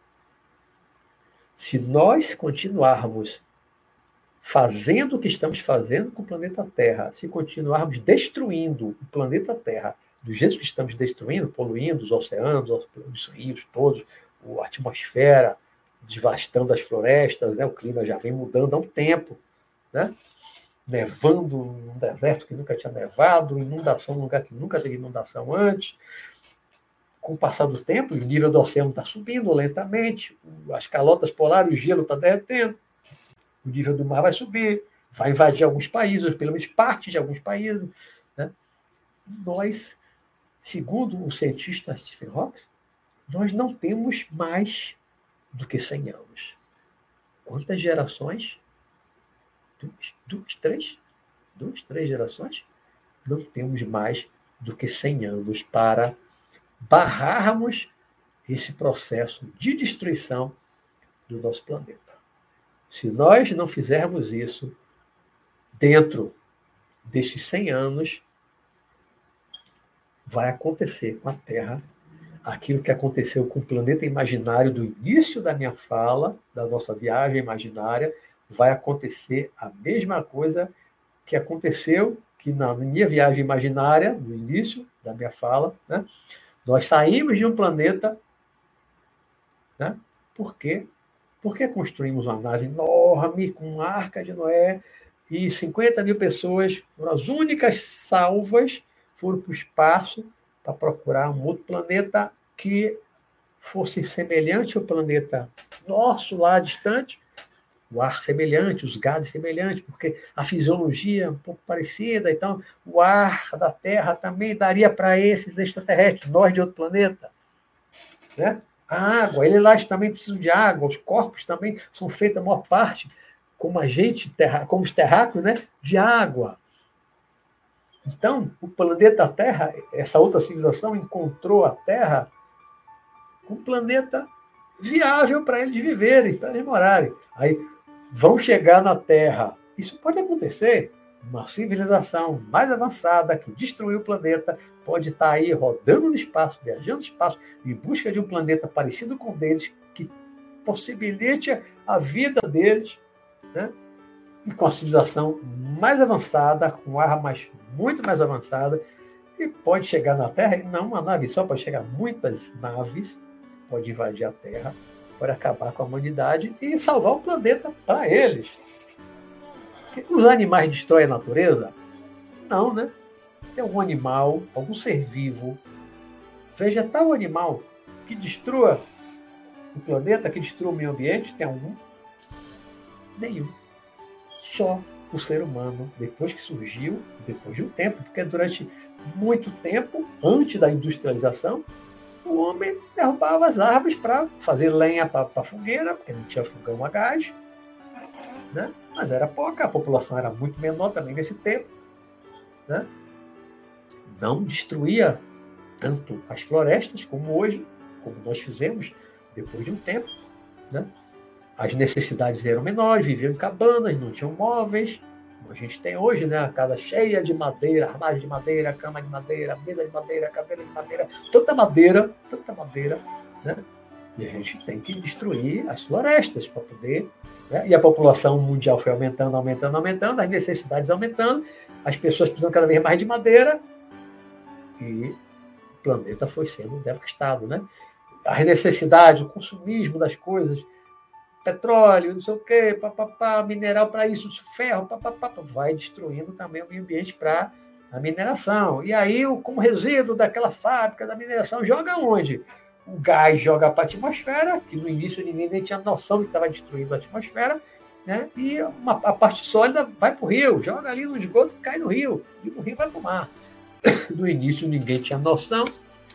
Se nós continuarmos fazendo o que estamos fazendo com o planeta Terra, se continuarmos destruindo o planeta Terra do jeito que estamos destruindo, poluindo os oceanos, os rios todos, a atmosfera, devastando as florestas, né? O clima já vem mudando há um tempo, né? Nevando num deserto que nunca tinha nevado, inundação num lugar que nunca teve inundação antes. Com o passar do tempo, o nível do oceano está subindo lentamente, as calotas polares, o gelo está derretendo, o nível do mar vai subir, vai invadir alguns países, pelo menos parte de alguns países. Né? Nós, segundo o cientista Stephen Hawking, nós não temos mais do que cem anos. Quantas gerações? Duas, duas, três? Duas, três gerações? Não temos mais do que cem anos para barrarmos esse processo de destruição do nosso planeta. Se nós não fizermos isso dentro destes cem anos, vai acontecer com a Terra aquilo que aconteceu com o planeta imaginário do início da minha fala, da nossa viagem imaginária, vai acontecer a mesma coisa que aconteceu que na minha viagem imaginária, no início da minha fala, né? Nós saímos de um planeta, né? Por quê? Porque construímos uma nave enorme com uma arca de Noé e cinquenta mil pessoas foram as únicas salvas, foram para o espaço para procurar um outro planeta que fosse semelhante ao planeta nosso, lá distante, o ar semelhante, os gases semelhantes, porque a fisiologia é um pouco parecida, então o ar da Terra também daria para esses extraterrestres, nós de outro planeta. Né? A água, eles lá também precisam de água, os corpos também são feitos, a maior parte, como a gente, terra, como os terráqueos, né? De água. Então, o planeta Terra, essa outra civilização encontrou a Terra, um planeta viável para eles viverem, para eles morarem. Aí vão chegar na Terra. Isso pode acontecer. Uma civilização mais avançada que destruiu o planeta pode estar aí rodando no espaço, viajando no espaço, em busca de um planeta parecido com o deles, que possibilite a vida deles, né? E com a civilização mais avançada, com armas muito mais avançadas, e pode chegar na Terra, e não uma nave só, pode chegar muitas naves, pode invadir a Terra, pode acabar com a humanidade e salvar o planeta para eles. Os animais destroem a natureza? Não, né? Tem algum animal, algum ser vivo, vegetal ou animal, que destrua o planeta, que destrua o meio ambiente? Tem algum? Nenhum. Só o ser humano, depois que surgiu, depois de um tempo, porque durante muito tempo, antes da industrialização, o homem derrubava as árvores para fazer lenha para a fogueira, porque não tinha fogão a gás, né? Mas era pouca, a população era muito menor também nesse tempo, né? Não destruía tanto as florestas como hoje, como nós fizemos depois de um tempo, né? As necessidades eram menores, viviam em cabanas, não tinham móveis, como a gente tem hoje, né? A casa cheia de madeira, armário de madeira, cama de madeira, mesa de madeira, cadeira de madeira, tanta madeira, tanta madeira, né? E a gente tem que destruir as florestas para poder... Né? E a população mundial foi aumentando, aumentando, aumentando, as necessidades aumentando, as pessoas precisam cada vez mais de madeira e o planeta foi sendo devastado, né? As necessidades, o consumismo das coisas, petróleo, não sei o quê, papapá, mineral para isso, ferro, papapá, vai destruindo também o meio ambiente para a mineração. E aí, como resíduo daquela fábrica da mineração, joga onde? O gás joga para a atmosfera, que no início ninguém nem tinha noção de que estava destruindo a atmosfera, né? E uma, a parte sólida vai para o rio, joga ali no esgoto e cai no rio, e no rio vai para o mar. No início ninguém tinha noção,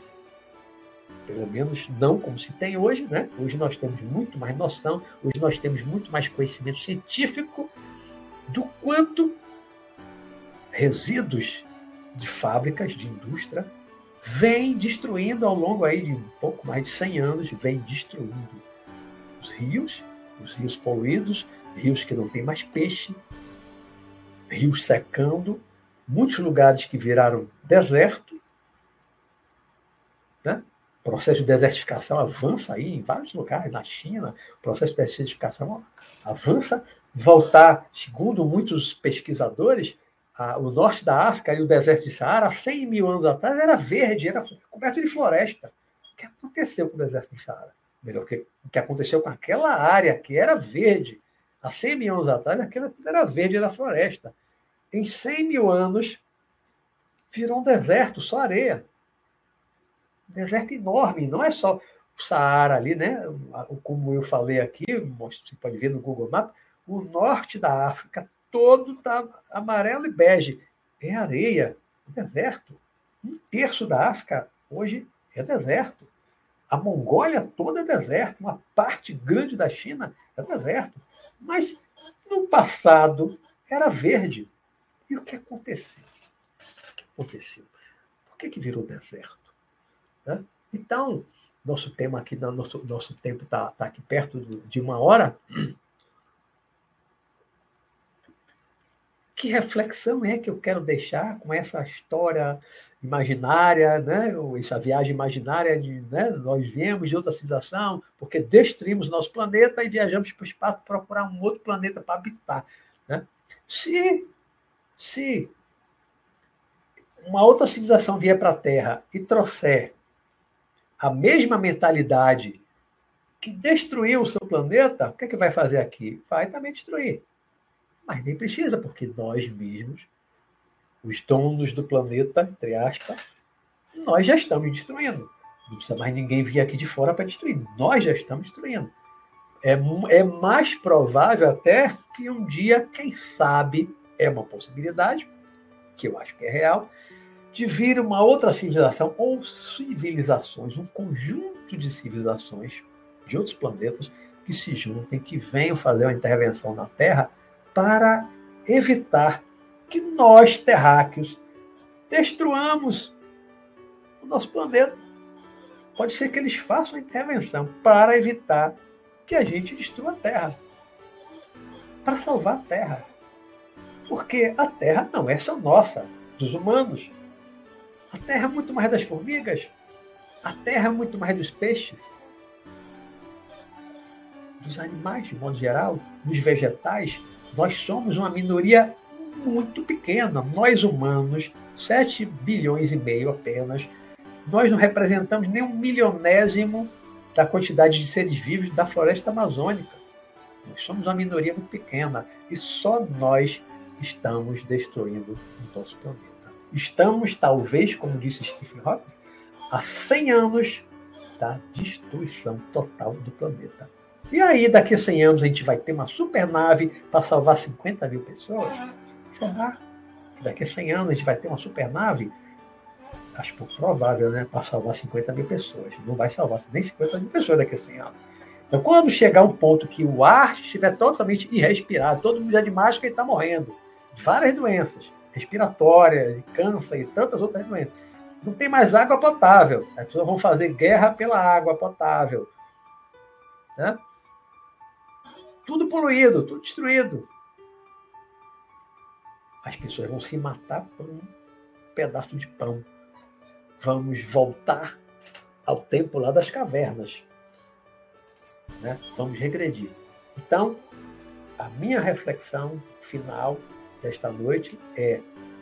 pelo menos não como se tem hoje, né? Hoje nós temos muito mais noção, hoje nós temos muito mais conhecimento científico do quanto resíduos de fábricas, de indústria, vem destruindo ao longo aí de um pouco mais de cem anos, vem destruindo os rios, os rios poluídos, rios que não tem mais peixe, rios secando, muitos lugares que viraram deserto, né? O processo de desertificação avança aí em vários lugares, na China, o processo de desertificação avança, voltar, segundo muitos pesquisadores, a, o norte da África e o deserto de Saara, há cem mil anos atrás, era verde, era coberto de floresta. O que aconteceu com o deserto de Saara? Melhor, o que, o que aconteceu com aquela área que era verde, há cem mil anos atrás, aquela era verde, era floresta. Em cem mil anos, virou um deserto, só areia. Um deserto enorme, não é só o Saara ali, né? Como eu falei aqui, você pode ver no Google Maps, o norte da África todo está amarelo e bege. É areia, é deserto. Um terço da África hoje é deserto. A Mongólia toda é deserto. Uma parte grande da China é deserto. Mas no passado era verde. E o que aconteceu? O que aconteceu? Por que, que virou deserto? Né? Então, nosso tema aqui, nosso, nosso tempo está tá aqui perto de uma hora. Que reflexão é que eu quero deixar com essa história imaginária, né? Essa viagem imaginária de, né? Nós viemos de outra civilização porque destruímos nosso planeta e viajamos para o espaço para procurar um outro planeta para habitar, né? Se, se uma outra civilização vier para a Terra e trouxer a mesma mentalidade que destruiu o seu planeta, o que é que vai fazer aqui? Vai também destruir. Mas nem precisa, porque nós mesmos, os donos do planeta, entre aspas, nós já estamos destruindo. Não precisa mais ninguém vir aqui de fora para destruir. Nós já estamos destruindo. É, é mais provável até que um dia, quem sabe, é uma possibilidade, que eu acho que é real, de vir uma outra civilização ou civilizações, um conjunto de civilizações de outros planetas que se juntem, que venham fazer uma intervenção na Terra para evitar que nós, terráqueos, destruamos o nosso planeta. pode ser que eles façam a intervenção para evitar que a gente destrua a Terra. Para salvar a Terra. Porque a Terra não é só nossa, dos humanos. A Terra é muito mais das formigas. A Terra é muito mais dos peixes. Dos animais, de modo geral. Dos vegetais. Nós somos uma minoria muito pequena. Nós, humanos, sete bilhões e meio apenas, nós não representamos nem um milionésimo da quantidade de seres vivos da floresta amazônica. Nós somos uma minoria muito pequena e só nós estamos destruindo o nosso planeta. Estamos, talvez, como disse Stephen Hawking, há cem anos da destruição total do planeta. E aí, daqui a cem anos, a gente vai ter uma supernave para salvar cinquenta mil pessoas? Será? Daqui a cem anos, a gente vai ter uma supernave? Acho pouco provável, né? Para salvar cinquenta mil pessoas. Não vai salvar nem cinquenta mil pessoas daqui a cem anos. Então, quando chegar um ponto que o ar estiver totalmente irrespirável, todo mundo já de máscara e está morrendo, de várias doenças, respiratórias, câncer e tantas outras doenças. Não tem mais água potável. As pessoas vão fazer guerra pela água potável. Né? Tudo poluído, tudo destruído. As pessoas vão se matar por um pedaço de pão. Vamos voltar ao tempo lá das cavernas. Né? Vamos regredir. Então, a minha reflexão final desta noite é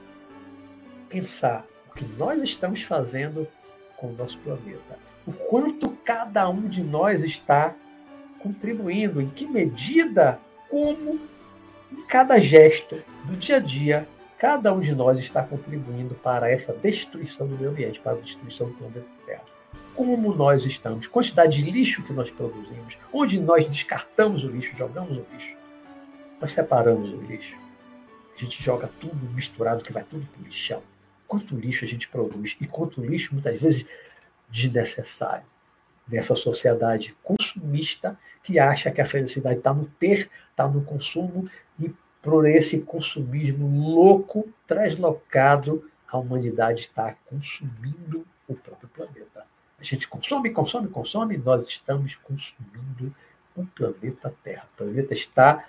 pensar o que nós estamos fazendo com o nosso planeta. O quanto cada um de nós está contribuindo, em que medida, como, em cada gesto do dia a dia, cada um de nós está contribuindo para essa destruição do meio ambiente, para a destruição do planeta Terra. Como nós estamos, quantidade de lixo que nós produzimos, onde nós descartamos o lixo, jogamos o lixo, nós separamos o lixo, a gente joga tudo misturado, que vai tudo para o lixão. Quanto lixo a gente produz e quanto lixo, muitas vezes, desnecessário nessa sociedade consumista que acha que a felicidade está no ter, está no consumo, e por esse consumismo louco, translocado, a humanidade está consumindo o próprio planeta. A gente consome, consome, consome, nós estamos consumindo o planeta Terra. O planeta está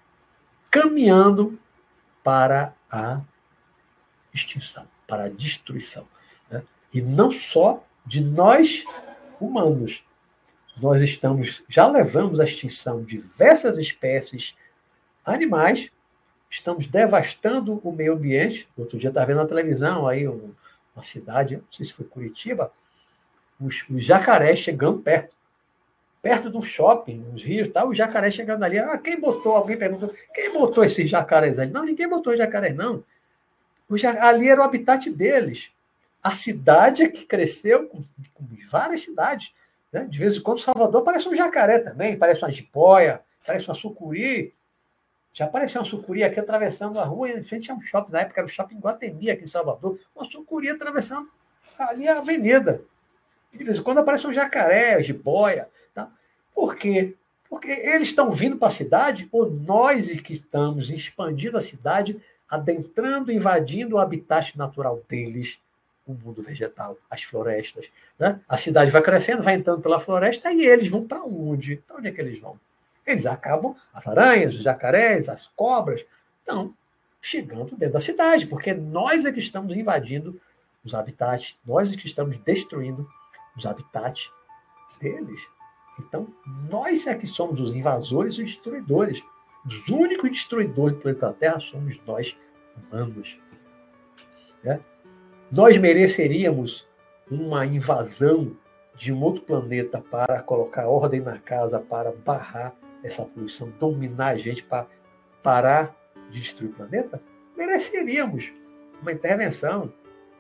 caminhando para a extinção, para a destruição. Né? E não só de nós, humanos. Nós estamos, já levamos à extinção diversas espécies animais, estamos devastando o meio ambiente. Outro dia estava vendo na televisão aí uma cidade, não sei se foi Curitiba, os, os jacarés chegando perto, perto de um shopping, uns rios e tal, os jacarés chegando ali. Ah, quem botou? Alguém perguntou, quem botou esses jacarés ali? Não, ninguém botou jacarés, não. O, ali era o habitat deles. A cidade é que cresceu com, com várias cidades. Né? De vez em quando, Salvador parece um jacaré também, parece uma jiboia, parece uma sucuri. Já apareceu uma sucuri aqui atravessando a rua, em frente a um shopping, na época era o shopping Guatemi, aqui em Salvador, uma sucuri atravessando ali a avenida. De vez em quando aparece um jacaré, jiboia. Tá? Por quê? Porque eles estão vindo para a cidade, ou nós que estamos expandindo a cidade, adentrando, invadindo o habitat natural deles, o mundo vegetal, as florestas. Né? A cidade vai crescendo, vai entrando pela floresta, e eles vão para onde? Para onde é que eles vão? Eles acabam, as aranhas, os jacarés, as cobras, estão chegando dentro da cidade, porque nós é que estamos invadindo os habitats, nós é que estamos destruindo os habitats deles. Então, nós é que somos os invasores e os destruidores. Os únicos destruidores do planeta Terra somos nós, humanos. Né? Nós mereceríamos uma invasão de um outro planeta para colocar ordem na casa, para barrar essa poluição, dominar a gente, para parar de destruir o planeta? Mereceríamos uma intervenção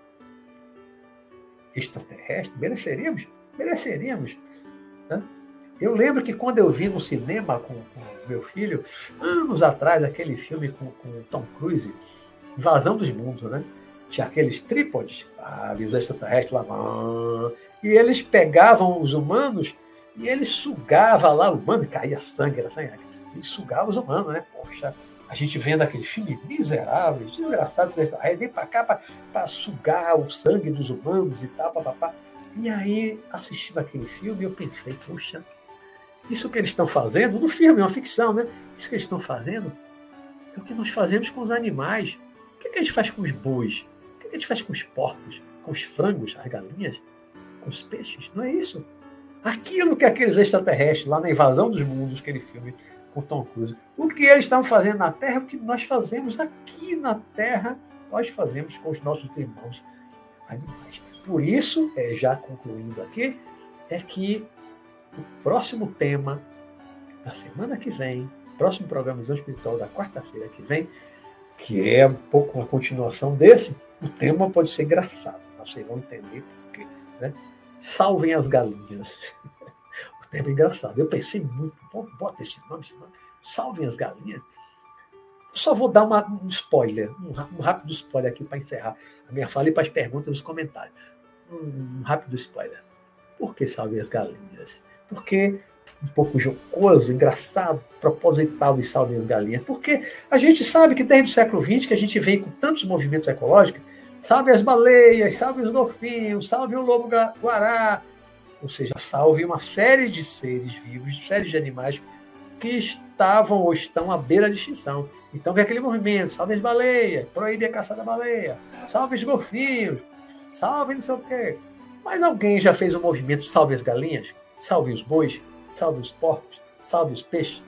extraterrestre? Mereceríamos? Mereceríamos. Né? Eu lembro que quando eu vi no cinema com, com meu filho, anos atrás, aquele filme com, com Tom Cruise, Invasão dos Mundos, né? Tinha aqueles trípodes, ah, os extraterrestres lá, e eles pegavam os humanos e eles sugavam lá o humano, caía sangue, era sangue, eles sugavam os humanos, né? Poxa, a gente vendo aquele filme miserável, desgraçado, extraterrestres, vem para cá para sugar o sangue dos humanos e tal, papapá. E aí, assistindo aquele filme, eu pensei, puxa, isso que eles estão fazendo, no filme, é uma ficção, né? Isso que eles estão fazendo é o que nós fazemos com os animais. O que, é que a gente faz com os bois? O que, é que a gente faz com os porcos, com os frangos, as galinhas, com os peixes? Não é isso? Aquilo que aqueles extraterrestres, lá na Invasão dos Mundos, aquele filme com Tom Cruise, o que eles estão fazendo na Terra é o que nós fazemos aqui na Terra, nós fazemos com os nossos irmãos animais. Por isso, é, já concluindo aqui, é que o próximo tema da semana que vem, próximo programa Visão Espiritual da quarta-feira que vem, que é um pouco uma continuação desse, o tema pode ser engraçado, vocês vão entender por quê, né? Salvem as galinhas. O tema é engraçado. Eu pensei muito, bota esse nome, esse nome. Salvem as galinhas. Eu só vou dar uma, um spoiler, um, um rápido spoiler aqui para encerrar a minha fala e para as perguntas nos comentários. Um, um rápido spoiler. Por que salvem as galinhas? Porque um pouco jocoso, engraçado, proposital de salvem as galinhas. Porque a gente sabe que desde o século vinte que a gente vem com tantos movimentos ecológicos. Salve as baleias, salve os golfinhos, salve o lobo-guará. Ou seja, salve uma série de seres vivos, séries de animais que estavam ou estão à beira da extinção. Então vem aquele movimento, salve as baleias, proíbe a caça da baleia, salve os golfinhos, salve não sei o quê. Mas alguém já fez um movimento, salve as galinhas, salve os bois, salve os porcos, salve os peixes?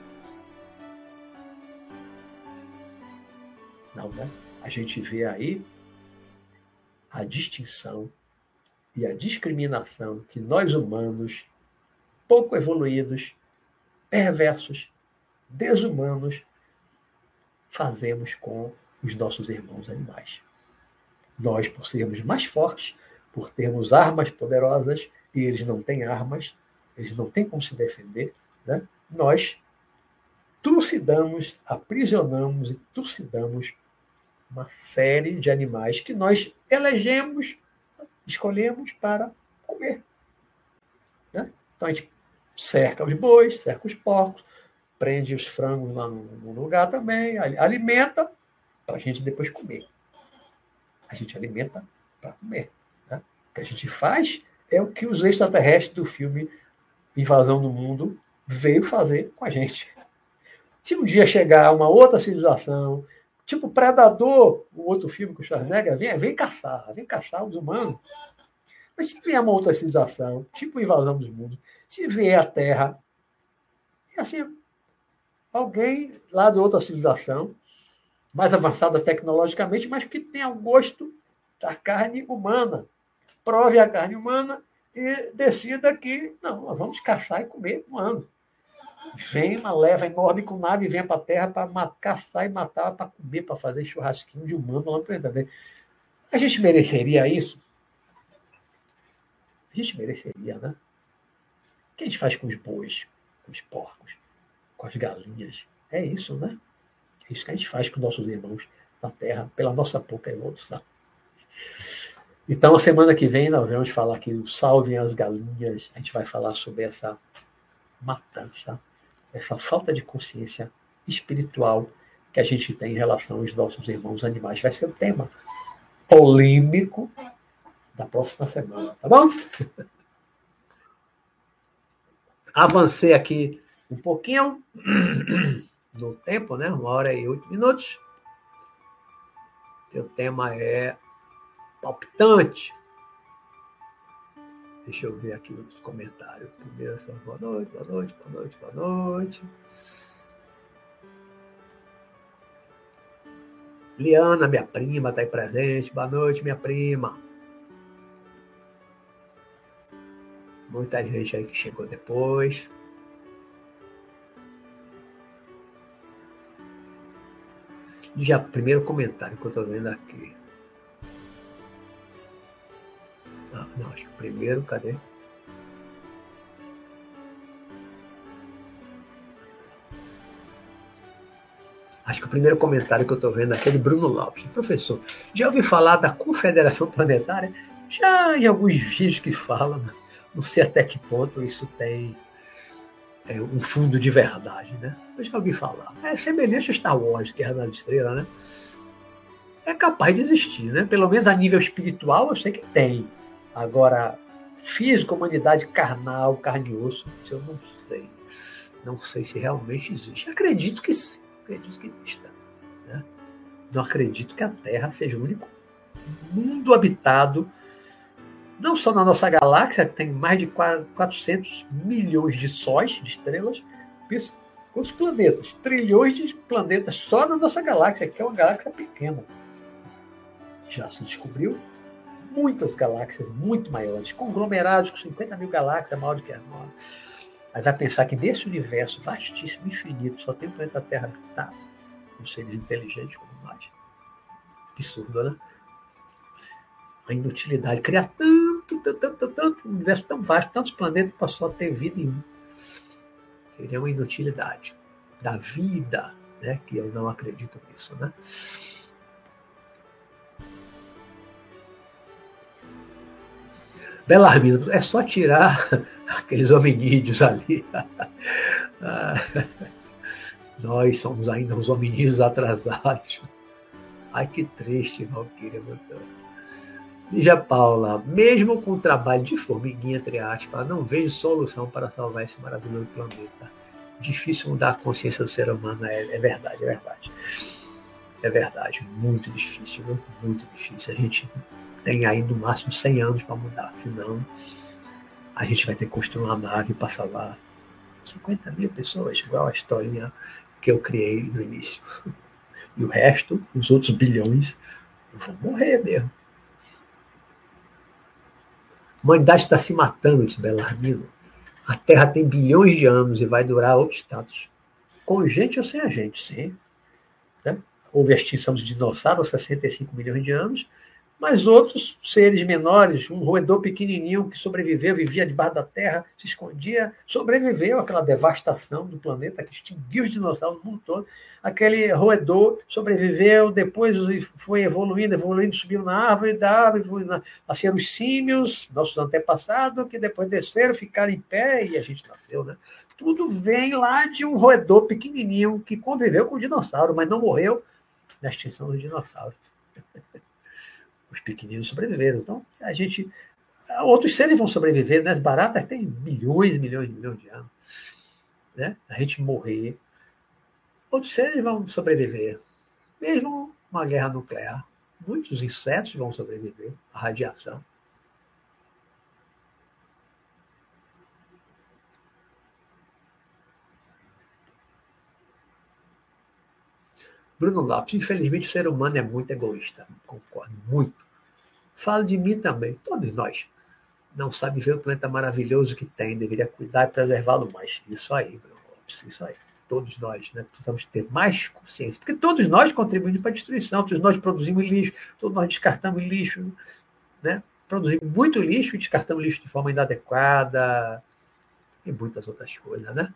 Não, né? A gente vê aí a distinção e a discriminação que nós humanos, pouco evoluídos, perversos, desumanos, fazemos com os nossos irmãos animais. Nós, por sermos mais fortes, por termos armas poderosas, e eles não têm armas, eles não têm como se defender, né? Nós trucidamos, aprisionamos e trucidamos uma série de animais que nós elegemos, escolhemos para comer. Né? Então a gente cerca os bois, cerca os porcos, prende os frangos lá no lugar também, alimenta para a gente depois comer. A gente alimenta para comer. Né? O que a gente faz é o que os extraterrestres do filme Invasão do Mundo veio fazer com a gente. Se um dia chegar uma outra civilização, tipo Predador, o outro filme que o Schwarzenegger vem, vem caçar, vem caçar os humanos. Mas se vier uma outra civilização, tipo Invasão dos Mundos, se vier a Terra, e assim, alguém lá de outra civilização, mais avançada tecnologicamente, mas que tenha o gosto da carne humana, prove a carne humana e decida que, não, nós vamos caçar e comer humano. Vem uma leva enorme com nave, vem para a Terra para caçar e matar, para comer, para fazer churrasquinho de humano lá no planeta. A gente mereceria isso? A gente mereceria, né? O que a gente faz com os bois, com os porcos, com as galinhas? É isso, né? É isso que a gente faz com nossos irmãos na Terra, pela nossa pouca evolução. Então, a semana que vem, nós vamos falar aqui do Salvem as Galinhas. A gente vai falar sobre essa matança, essa falta de consciência espiritual que a gente tem em relação aos nossos irmãos animais. Vai ser o tema polêmico da próxima semana, tá bom? Avancei aqui um pouquinho no tempo, né? Uma hora e oito minutos. O tema é palpitante. Deixa eu ver aqui os comentários. Primeiro, boa noite, boa noite, boa noite, boa noite. Liana, minha prima, está aí presente. Boa noite, minha prima. Muita gente aí que chegou depois. Já primeiro comentário que eu estou vendo aqui. Ah, não, acho que o primeiro, cadê? Acho que o primeiro comentário que eu estou vendo aqui é do Bruno Lopes. Professor, já ouviu falar da Confederação Planetária? Já em alguns vídeos que falam, não sei até que ponto isso tem é, um fundo de verdade, né? Eu já ouvi falar. É semelhante a Star Wars, Guerra nas Estrelas, né? É capaz de existir, né? Pelo menos a nível espiritual eu sei que tem. Agora, física, humanidade carnal, carne e osso, isso eu não sei. Não sei se realmente existe. Acredito que sim, acredito que exista. Né? Não acredito que a Terra seja o único mundo habitado, não só na nossa galáxia, que tem mais de quatrocentos milhões de sóis, de estrelas, os planetas, trilhões de planetas só na nossa galáxia, que é uma galáxia pequena. Já se descobriu muitas galáxias muito maiores, conglomerados com cinquenta mil galáxias, maior do que a nossa. Mas vai pensar que nesse universo vastíssimo, infinito, só tem o planeta Terra habitado, com seres inteligentes como nós. Absurdo, né? A inutilidade, criar tanto, tanto, tanto, tanto, um universo tão vasto, tantos planetas para só ter vida em um. Seria uma inutilidade da vida, né? Que eu não acredito nisso, né? Belarmino, é só tirar aqueles hominídeos ali. Nós somos ainda os hominídeos atrasados. Ai, que triste, Valquíria. Lígia Paula, mesmo com o trabalho de formiguinha, entre aspas, não vejo solução para salvar esse maravilhoso planeta. Difícil mudar a consciência do ser humano, é, é verdade, é verdade. É verdade, muito difícil, viu? Muito difícil. A gente tem aí no máximo cem anos para mudar, senão a gente vai ter que construir uma nave para salvar cinquenta mil pessoas, igual a historinha que eu criei no início. E o resto, os outros bilhões, vão morrer mesmo. A humanidade está se matando, disse Belarmino. A Terra tem bilhões de anos e vai durar outros status. Com gente ou sem a gente, sim. Né? Houve a extinção dos dinossauros, sessenta e cinco milhões de anos, mas outros seres menores, um roedor pequenininho que sobreviveu, vivia debaixo da terra, se escondia, sobreviveu àquela devastação do planeta que extinguiu os dinossauros no mundo todo. Aquele roedor sobreviveu, depois foi evoluindo, evoluindo, subiu na árvore, da árvore foi nasceram os símios, nossos antepassados, que depois desceram, ficaram em pé e a gente nasceu, né? Tudo vem lá de um roedor pequenininho que conviveu com o dinossauro, mas não morreu na extinção dos dinossauros. Os pequeninos sobreviveram. Então, a gente... Outros seres vão sobreviver, né? As baratas têm milhões e milhões e milhões de anos. Né? A gente morrer. Outros seres vão sobreviver. Mesmo uma guerra nuclear. Muitos insetos vão sobreviver à radiação. Bruno Lopes, infelizmente o ser humano é muito egoísta. Concordo, muito. Falo de mim também, todos nós. Não sabe ver o planeta maravilhoso que tem, deveria cuidar e preservá-lo mais. Isso aí, Bruno Lopes, isso aí. Todos nós, né? Precisamos ter mais consciência, porque todos nós contribuímos para a destruição, todos nós produzimos lixo, todos nós descartamos lixo, né? Produzimos muito lixo e descartamos lixo de forma inadequada e muitas outras coisas, né?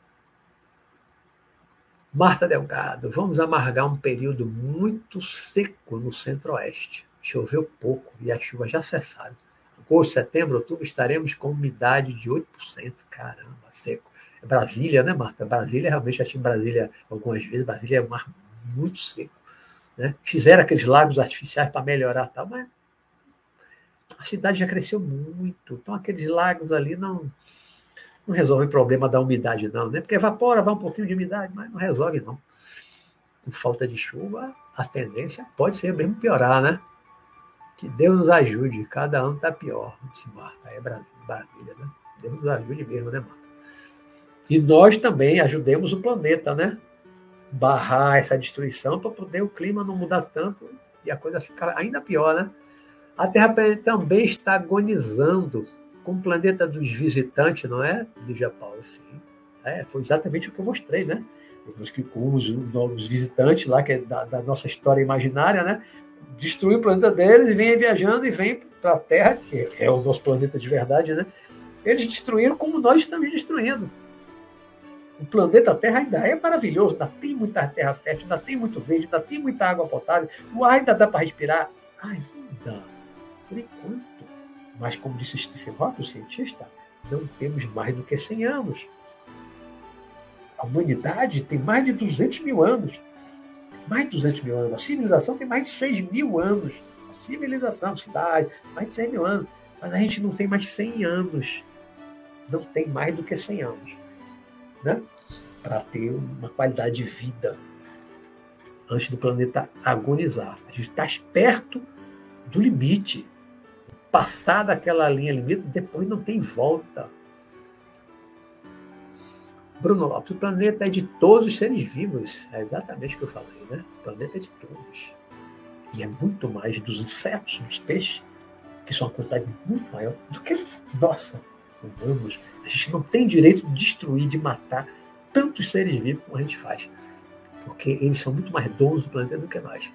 Marta Delgado, vamos amargar um período muito seco no centro-oeste. Choveu pouco e as chuvas já cessaram. Agosto, setembro, outubro estaremos com umidade de oito por cento. Caramba, seco. É Brasília, né, Marta? Brasília, realmente, já tive Brasília algumas vezes. Brasília é um mar muito seco. Né? Fizeram aqueles lagos artificiais para melhorar, tal, mas a cidade já cresceu muito. Então, aqueles lagos ali não... Não resolve o problema da umidade, não, né? Porque evapora, vai um pouquinho de umidade, mas não resolve, não. Com falta de chuva, a tendência pode ser mesmo piorar, né? Que Deus nos ajude, cada ano está pior. Disse Marta, é Brasília, né? Deus nos ajude mesmo, né, Marta? E nós também ajudemos o planeta, né? Barrar essa destruição para poder o clima não mudar tanto e a coisa ficar ainda pior, né? A Terra também está agonizando com o planeta dos visitantes, não é? Do Japão, sim. É, foi exatamente o que eu mostrei, né? Com os, os visitantes lá, que é da, da nossa história imaginária, né? Destruir o planeta deles e vem viajando e vem para a Terra, que é o nosso planeta de verdade, né? Eles destruíram como nós estamos destruindo. O planeta Terra ainda é maravilhoso, ainda tem muita terra fértil, ainda tem muito verde, ainda tem muita água potável, o ar ainda dá para respirar. Ainda, por enquanto. Mas, como disse Stephen Hawking, o cientista, não temos mais do que cem anos. A humanidade tem mais de duzentos mil anos. Mais de duzentos mil anos. A civilização tem mais de seis mil anos. A civilização, a cidade, mais de cem mil anos. Mas a gente não tem mais cem anos. Não tem mais do que cem anos, né? Para ter uma qualidade de vida antes do planeta agonizar. A gente está perto do limite. Passar daquela linha limite, depois não tem volta. Bruno Lopes, o planeta é de todos os seres vivos. É exatamente o que eu falei, né? O planeta é de todos. E é muito mais dos insetos, dos peixes, que são uma quantidade muito maior do que, nossa, humanos. A gente não tem direito de destruir, de matar tantos seres vivos como a gente faz. Porque eles são muito mais donos do planeta do que nós.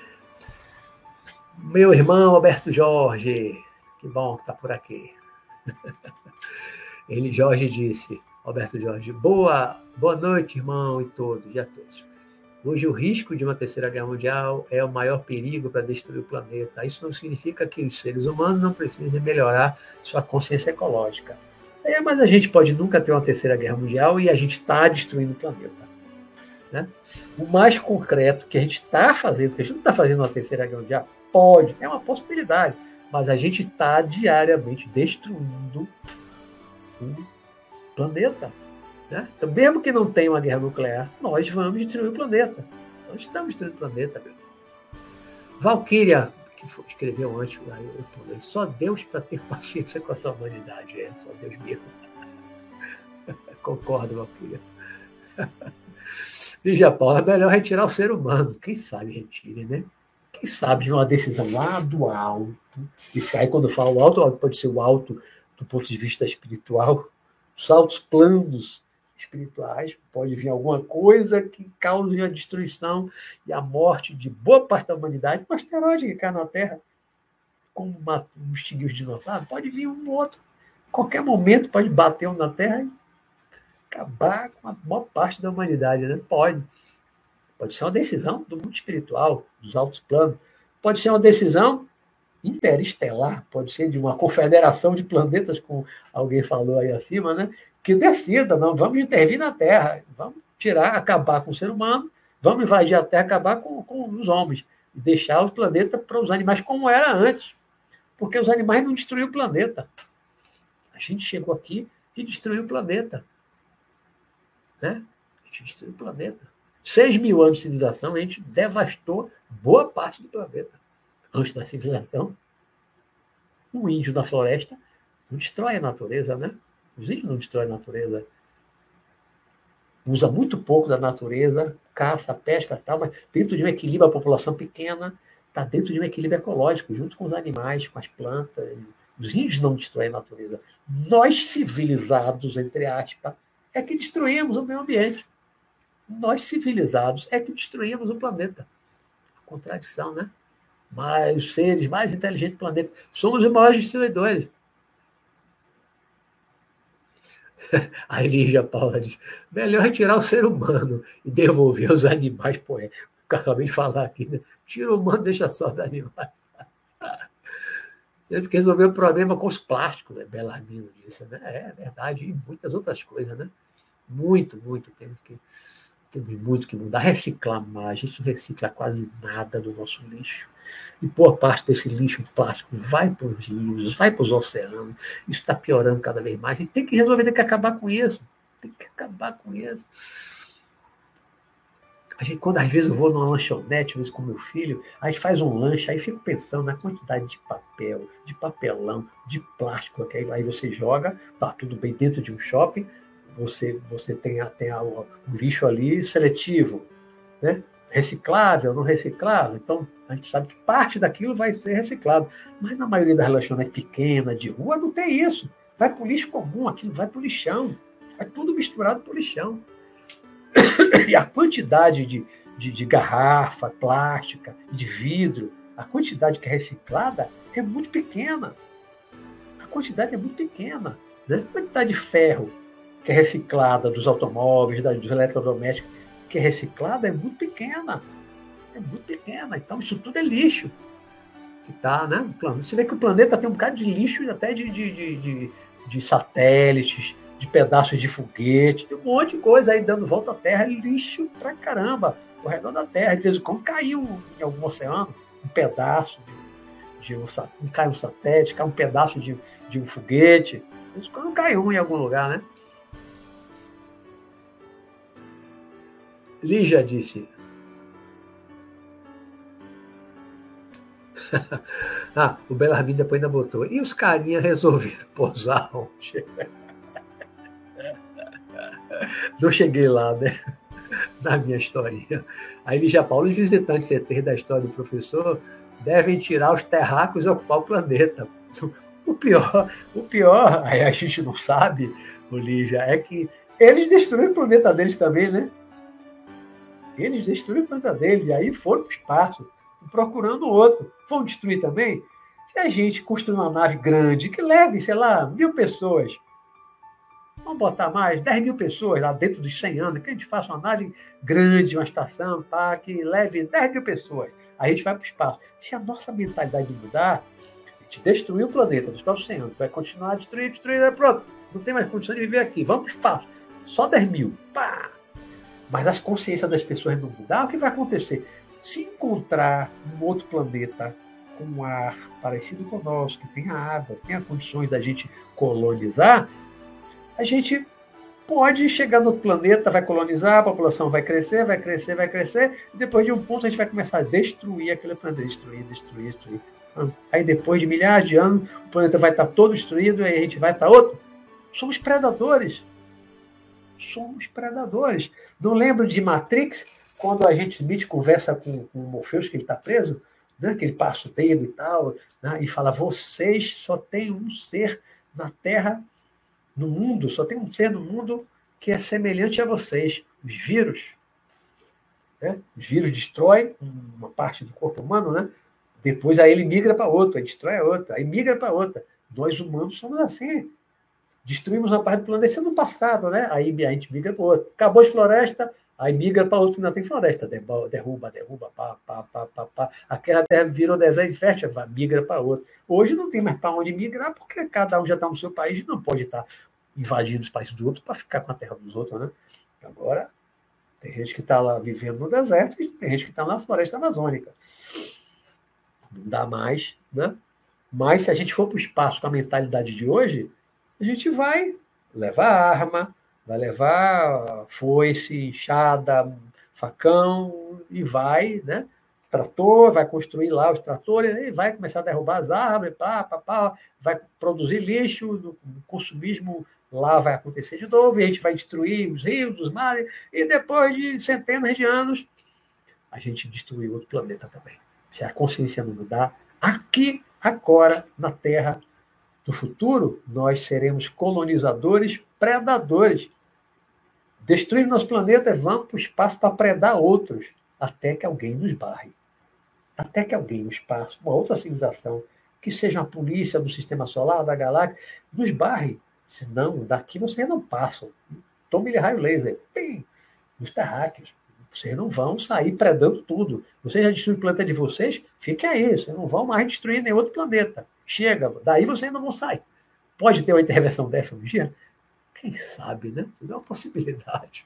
Meu irmão Alberto Jorge, que bom que está por aqui. Ele, Jorge, disse, Alberto Jorge, boa, boa noite, irmão, e todos, e a todos. Hoje o risco de uma terceira guerra mundial é o maior perigo para destruir o planeta. Isso não significa que os seres humanos não precisem melhorar sua consciência ecológica. É, mas a gente pode nunca ter uma terceira guerra mundial e a gente está destruindo o planeta. Né? O mais concreto que a gente está fazendo, porque a gente não está fazendo uma terceira guerra mundial, pode, é uma possibilidade, mas a gente está diariamente destruindo o planeta. Né? Então, mesmo que não tenha uma guerra nuclear, nós vamos destruir o planeta. Nós estamos destruindo o planeta. Meu. Valquíria, que escreveu antes, eu pulei, só Deus para ter paciência com essa humanidade. É, só Deus mesmo. Concordo, Valquíria. Lígia Paula, é melhor retirar o ser humano. Quem sabe retire, né? Quem sabe de uma decisão lá do alto. Isso aí, quando eu falo alto, pode ser o alto do ponto de vista espiritual, os altos planos espirituais, pode vir alguma coisa que cause a destruição e a morte de boa parte da humanidade, um asteroide que cai na Terra, como um extinguiu os dinossauros, pode vir um outro, qualquer momento pode bater um na Terra e acabar com a maior parte da humanidade, né? Pode. Pode ser uma decisão do mundo espiritual, dos altos planos, pode ser uma decisão interestelar, pode ser de uma confederação de planetas, como alguém falou aí acima, né? Que decida, não, vamos intervir na Terra, vamos tirar, acabar com o ser humano, vamos invadir a Terra, acabar com, com os homens, e deixar o planeta para os animais como era antes, porque os animais não destruíram o planeta. A gente chegou aqui e destruiu o planeta. Né? A gente destruiu o planeta. Seis mil anos de civilização, a gente devastou boa parte do planeta. Antes da civilização, um índio na floresta não destrói a natureza, né? Os índios não destroem a natureza. Usa muito pouco da natureza, caça, pesca e tal, mas dentro de um equilíbrio, a população pequena está dentro de um equilíbrio ecológico, junto com os animais, com as plantas. Os índios não destroem a natureza. Nós, civilizados, entre aspas, é que destruímos o meio ambiente. Nós, civilizados, é que destruímos o planeta. A contradição, né? Mas os seres mais inteligentes do planeta somos os maiores destruidores. A Lígia Paula diz, melhor retirar o ser humano e devolver os animais. Pô, é o que eu acabei de falar aqui, né? Tira o humano, deixa só os animais. Teve que resolver o problema com os plásticos, né? Bellarmino disse, né? É verdade, e muitas outras coisas, né? Muito, muito. Temos que, temos muito que mudar. Reciclar mais. A gente não recicla quase nada do nosso lixo. E boa parte desse lixo plástico vai para os rios, vai para os oceanos. Isso está piorando cada vez mais. A gente tem que resolver, tem que acabar com isso. Tem que acabar com isso. A gente, quando às vezes eu vou numa lanchonete, às vezes com meu filho, a gente faz um lanche, aí fico pensando na quantidade de papel, de papelão, de plástico, que aí você joga, tá tudo bem dentro de um shopping, você, você tem, a, tem a, o lixo ali seletivo, né? Reciclável, não reciclável, então a gente sabe que parte daquilo vai ser reciclado, mas na maioria das lanchonetes pequenas, de rua, não tem isso, vai para o lixo comum, aquilo vai para o lixão, é tudo misturado para o lixão. E a quantidade de, de, de garrafa plástica, de vidro, a quantidade que é reciclada é muito pequena. A quantidade é muito pequena. Né? A quantidade de ferro que é reciclada dos automóveis, dos eletrodomésticos, que é reciclada é muito pequena. É muito pequena. Então, isso tudo é lixo. Que tá, né? Você vê que o planeta tem um bocado de lixo, até de, de, de, de, de satélites, de pedaços de foguete, tem um monte de coisa aí dando volta à Terra, lixo pra caramba, ao redor da Terra. De vez em quando caiu em algum oceano um pedaço de um, cai um satélite, cai um pedaço de, de um foguete. Isso quando cai um em algum lugar, né? Lígia disse. Ah, o Belarmino depois ainda botou. E os carinha resolveram posar onde? Não cheguei lá, né? Na minha historinha. Aí Lígia Paulo, os visitantes C T da história do professor devem tirar os terráqueos e ocupar o planeta. O pior, o pior, aí a gente não sabe, Lígia, é que eles destruíram o planeta deles também, né? Eles destruíram o planeta deles, e aí foram para o espaço, procurando outro. Vão destruir também? Se a gente construir uma nave grande, que leve, sei lá, mil pessoas, vamos botar mais, dez mil pessoas lá dentro dos cem anos, que a gente faça uma nave grande, uma estação, pá, que leve dez mil pessoas. Aí a gente vai para o espaço. Se a nossa mentalidade mudar, a gente destruir o planeta dos próximos cem anos, vai continuar a destruir, destruir, pronto, não tem mais condição de viver aqui, vamos para o espaço. Só dez mil, pá! Mas as consciências das pessoas não mudar, o que vai acontecer? Se encontrar um outro planeta com um ar parecido com o nosso, que tenha água, tenha condições da gente colonizar, a gente pode chegar no planeta, vai colonizar, a população vai crescer, vai crescer, vai crescer, e depois de um ponto a gente vai começar a destruir aquele planeta, destruir, destruir, destruir. Aí depois de milhares de anos, o planeta vai estar todo destruído, e aí a gente vai para outro. Somos predadores. Somos predadores. Não lembro de Matrix, quando a gente Smith conversa com, com o Morpheus, que ele está preso, né, que ele passa o dedo e tal, né, e fala, vocês só tem um ser na Terra, no mundo, só tem um ser no mundo que é semelhante a vocês, os vírus. Né? Os vírus destroem uma parte do corpo humano, né? Depois aí ele migra para outra, aí destrói a outra, aí migra para outra. Nós humanos somos assim. Destruímos uma parte do planeta, esse é no passado, né? Aí a gente migra para outro. Acabou as florestas, aí migra para outro que não tem floresta. Derruba, derruba, pá, pá, pá, pá, pá. Aquela terra virou deserto fértil, migra para outro. Hoje não tem mais para onde migrar, porque cada um já está no seu país e não pode estar invadindo os países do outro para ficar com a terra dos outros, né? Agora, tem gente que está lá vivendo no deserto e tem gente que está na floresta amazônica. Não dá mais, né? Mas se a gente for para o espaço com a mentalidade de hoje, a gente vai levar arma, vai levar foice, enxada, facão, e vai, né? Trator, vai construir lá os tratores, e vai começar a derrubar as árvores, pá, pá, pá, vai produzir lixo, o consumismo lá vai acontecer de novo, e a gente vai destruir os rios, os mares, e depois de centenas de anos, a gente destruiu outro planeta também. Se a consciência não mudar, aqui, agora, na Terra, no futuro, nós seremos colonizadores, predadores. Destruir nosso planeta, vamos para o espaço para predar outros, até que alguém nos barre. Até que alguém no espaço, uma outra civilização, que seja uma polícia do sistema solar, da galáxia, nos barre. Senão, daqui vocês não passam. Tome-lhe raio laser. Pim, nos terráqueos. Vocês não vão sair predando tudo. Vocês já destruíram o planeta de vocês? Fiquem aí. Vocês não vão mais destruir nenhum outro planeta. Chega. Daí vocês não vão sair. Pode ter uma intervenção dessa um dia? Quem sabe, né? Tudo é uma possibilidade.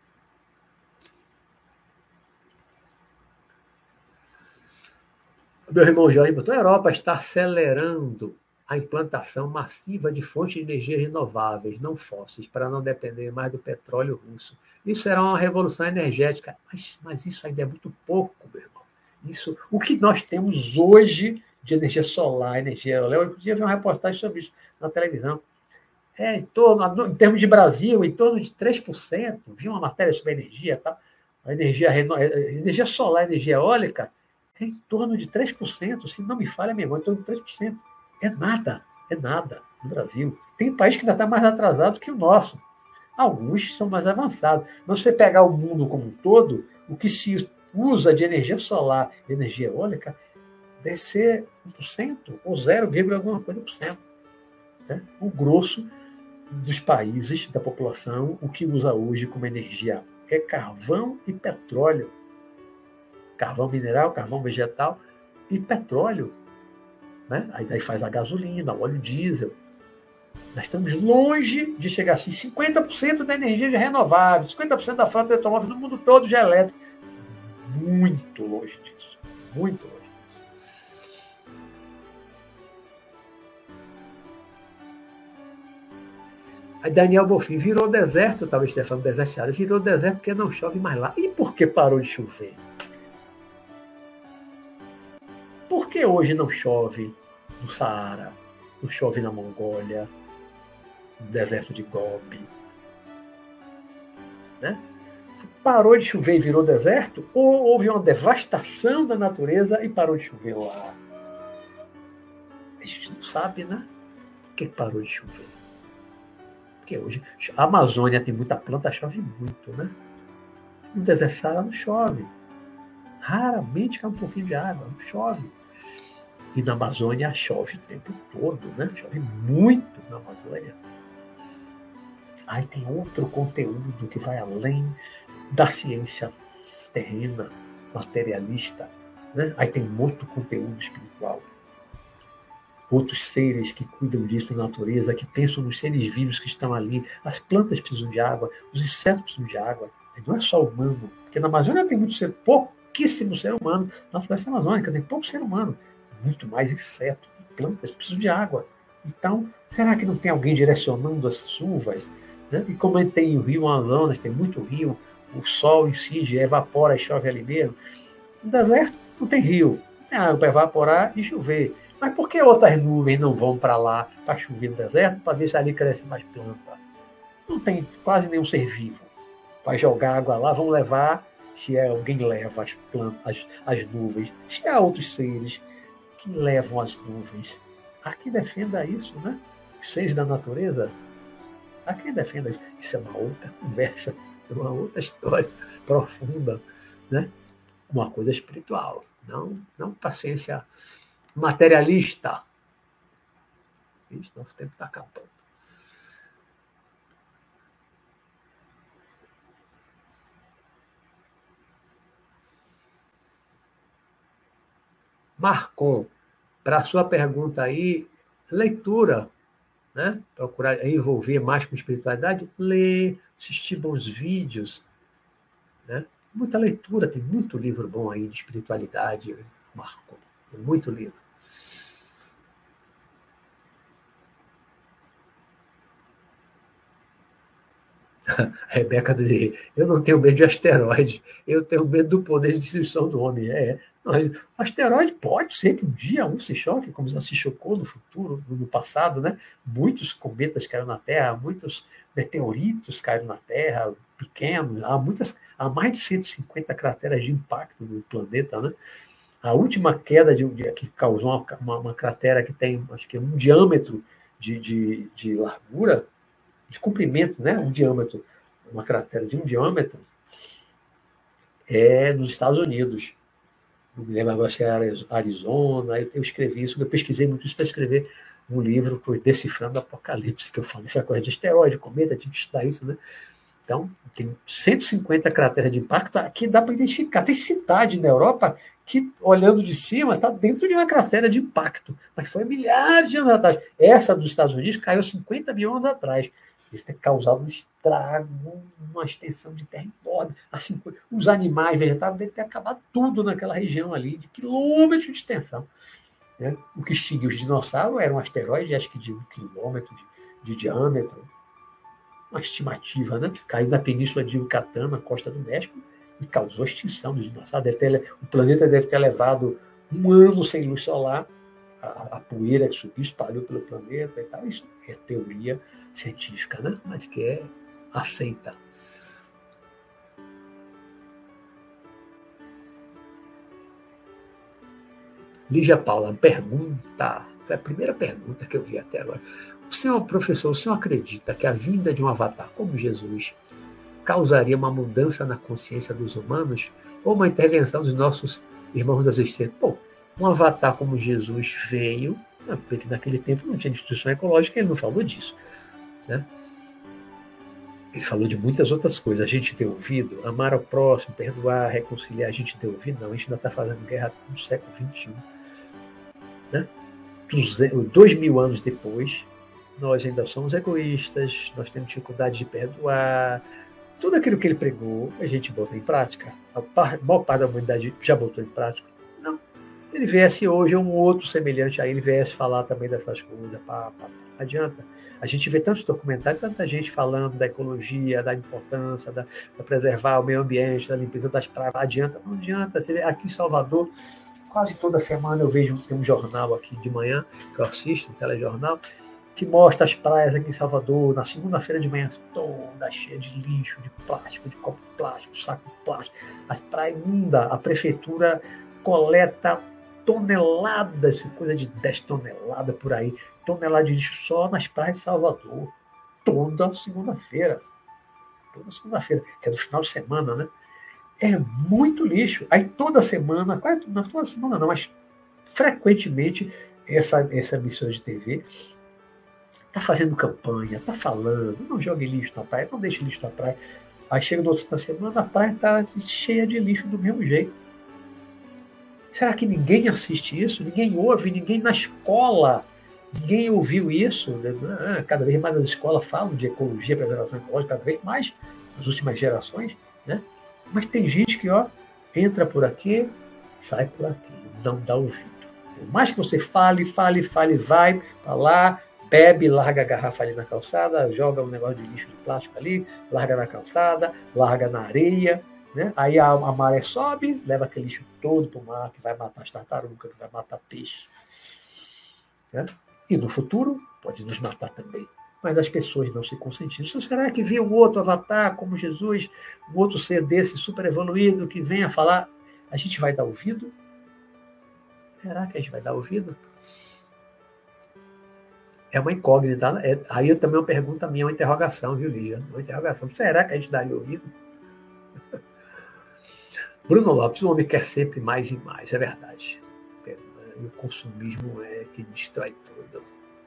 Meu irmão Jorge botou, a Europa está acelerando a implantação massiva de fontes de energia renováveis, não fósseis, para não depender mais do petróleo russo. Isso será uma revolução energética, mas, mas isso ainda é muito pouco, meu irmão. Isso, o que nós temos hoje de energia solar, energia eólica, eu podia ver uma reportagem sobre isso na televisão. É, em, torno, em termos de Brasil, em torno de três por cento, vi uma matéria sobre energia, tá? A energia, a energia solar, a energia eólica, é em torno de três por cento, se não me falha a memória, em torno de três por cento. É nada, é nada no Brasil. Tem país que ainda está mais atrasado que o nosso. Alguns são mais avançados. Mas se você pegar o mundo como um todo, o que se usa de energia solar e energia eólica deve ser um por cento ou zero, alguma coisa por cento. Né? O grosso dos países, da população, o que usa hoje como energia é carvão e petróleo. Carvão mineral, carvão vegetal e petróleo. Né? Aí daí faz a gasolina, o óleo diesel. Nós estamos longe de chegar assim, cinquenta por cento da energia já é renovável, cinquenta por cento da frota de automóveis no mundo todo já é elétrica. Muito longe disso. Muito longe disso. Aí Daniel Bonfim virou deserto, talvez esteja falando deserto, Ceará, virou deserto porque não chove mais lá. E por que parou de chover? Por que hoje não chove no Saara, não chove na Mongólia, no deserto de Gobi? Né? Parou de chover e virou deserto? Ou houve uma devastação da natureza e parou de chover lá? A gente não sabe, né? Por que parou de chover? Porque hoje a Amazônia tem muita planta, chove muito, né? No deserto Saara não chove. Raramente cai um pouquinho de água, não chove. E na Amazônia chove o tempo todo, né? Chove muito na Amazônia. Aí tem outro conteúdo que vai além da ciência terrena, materialista, né? Aí tem outro conteúdo espiritual. Outros seres que cuidam disso da natureza, que pensam nos seres vivos que estão ali. As plantas precisam de água, os insetos precisam de água. Não é só humano, porque na Amazônia tem muito ser, pouquíssimo ser humano. Na floresta amazônica tem pouco ser humano. Muito mais insetos e plantas precisam de água. Então, será que não tem alguém direcionando as chuvas? Né? E como tem o rio Amazonas, tem muito rio, o sol incide, evapora e chove ali mesmo. No deserto não tem rio, não tem água para evaporar e chover. Mas por que outras nuvens não vão para lá para chover no deserto, para ver se ali cresce mais planta? Não tem quase nenhum ser vivo para jogar água lá, vão levar, se é, alguém leva as plantas, as, as nuvens, se há outros seres que levam as nuvens. Há quem defenda isso, né? Os seres da natureza. Há quem defenda isso. Isso é uma outra conversa, é uma outra história profunda, né? Uma coisa espiritual, não, não paciência materialista. Isso, nosso tempo está acabando. Marcon, para a sua pergunta aí, leitura, né? Procurar envolver mais com espiritualidade, ler, assistir bons vídeos, né? Muita leitura, tem muito livro bom aí de espiritualidade, Marcon, tem muito livro. A Rebeca diz, eu não tenho medo de asteroides, eu tenho medo do poder de destruição do homem. É, mas o asteroide pode ser que um dia um se choque, como já se chocou no futuro, no passado, né? Muitos cometas caíram na Terra, muitos meteoritos caíram na Terra, pequenos, há, muitas, há mais de cento e cinquenta crateras de impacto no planeta, né? A última queda de, de, que causou uma, uma, uma cratera que tem, acho que um diâmetro de, de, de largura, de comprimento, né? Um diâmetro, uma cratera de um diâmetro, é nos Estados Unidos. Não me lembro agora se era Arizona, eu escrevi isso, eu pesquisei muito isso para escrever um livro por Decifrando o Apocalipse, que eu falo essa coisa de asteroide, cometa, tive que estudar isso, né? Então, tem cento e cinquenta crateras de impacto, aqui dá para identificar. Tem cidade na Europa que, olhando de cima, está dentro de uma cratera de impacto, mas foi milhares de anos atrás. Essa dos Estados Unidos caiu cinquenta mil anos atrás. Isso tem causado um estrago, uma extensão de terra enorme. Assim, os animais vegetais devem ter acabado tudo naquela região ali, de quilômetros de extensão. Né? O que extinguiu os dinossauros era um asteroide, acho que de um quilômetro de, de diâmetro. Uma estimativa, né? Caiu na península de Yucatán, na costa do México, e causou extinção dos dinossauros. Deve ter, o planeta deve ter levado um ano sem luz solar, a, a poeira que subiu, espalhou pelo planeta e tal. Isso é teoria científica, né? Mas que é aceita. Lígia Paula, pergunta, foi a primeira pergunta que eu vi até agora. O senhor professor, o senhor acredita que a vinda de um avatar como Jesus causaria uma mudança na consciência dos humanos ou uma intervenção dos nossos irmãos das estrelas? Pô, um avatar como Jesus veio, porque naquele tempo não tinha destruição ecológica, ele não falou disso, né? Ele falou de muitas outras coisas. A gente tem ouvido amar ao próximo, perdoar, reconciliar. A gente tem ouvido? Não, a gente ainda está fazendo guerra no século vinte e um. Né? Dois mil anos depois, nós ainda somos egoístas, nós temos dificuldade de perdoar. Tudo aquilo que ele pregou, a gente bota em prática. A maior parte da humanidade já botou em prática? Não. ele viesse hoje, um outro semelhante a ele viesse falar também dessas coisas, pá, pá, pá. Adianta. A gente vê tantos documentários, tanta gente falando da ecologia, da importância da, da preservar o meio ambiente, da limpeza das praias. Adianta, não adianta. Você vê, aqui em Salvador, quase toda semana eu vejo, tem um jornal aqui de manhã, que eu assisto, um telejornal, que mostra as praias aqui em Salvador, na segunda-feira de manhã, toda cheia de lixo, de plástico, de copo plástico, saco de plástico. As praias inundas, a prefeitura coleta toneladas, coisa de dez toneladas por aí, toneladas de lixo só nas praias de Salvador, toda segunda-feira. Toda segunda-feira, que é do final de semana, né? É muito lixo. Aí toda semana, quase não toda semana não, mas frequentemente essa, essa emissora de T V está fazendo campanha, está falando, não jogue lixo na praia, não deixe lixo na praia. Aí chega no outro final de semana, a praia está cheia de lixo do mesmo jeito. Será que ninguém assiste isso? Ninguém ouve? Ninguém na escola? Ninguém ouviu isso? Cada vez mais as escolas falam de ecologia, preservação ecológica, cada vez mais nas últimas gerações, né? Mas tem gente que, ó, entra por aqui, sai por aqui, não dá ouvido. Por mais que você fale, fale, fale, vai para lá, bebe, larga a garrafa ali na calçada, joga um negócio de lixo de plástico ali, larga na calçada, larga na areia, né? Aí a, a maré sobe, leva aquele lixo todo para o mar, que vai matar as tartarugas, que vai matar peixe. Né? E no futuro pode nos matar também. Mas as pessoas não se conscientizam. Será que vir um outro avatar como Jesus, um outro ser desse super evoluído que venha falar, a gente vai dar ouvido? Será que a gente vai dar ouvido? É uma incógnita. É, aí também é uma pergunta minha, uma interrogação, viu, Lígia? Uma interrogação. Será que a gente daria ouvido? Bruno Lopes, o homem quer sempre mais e mais, é verdade. O consumismo é que destrói tudo.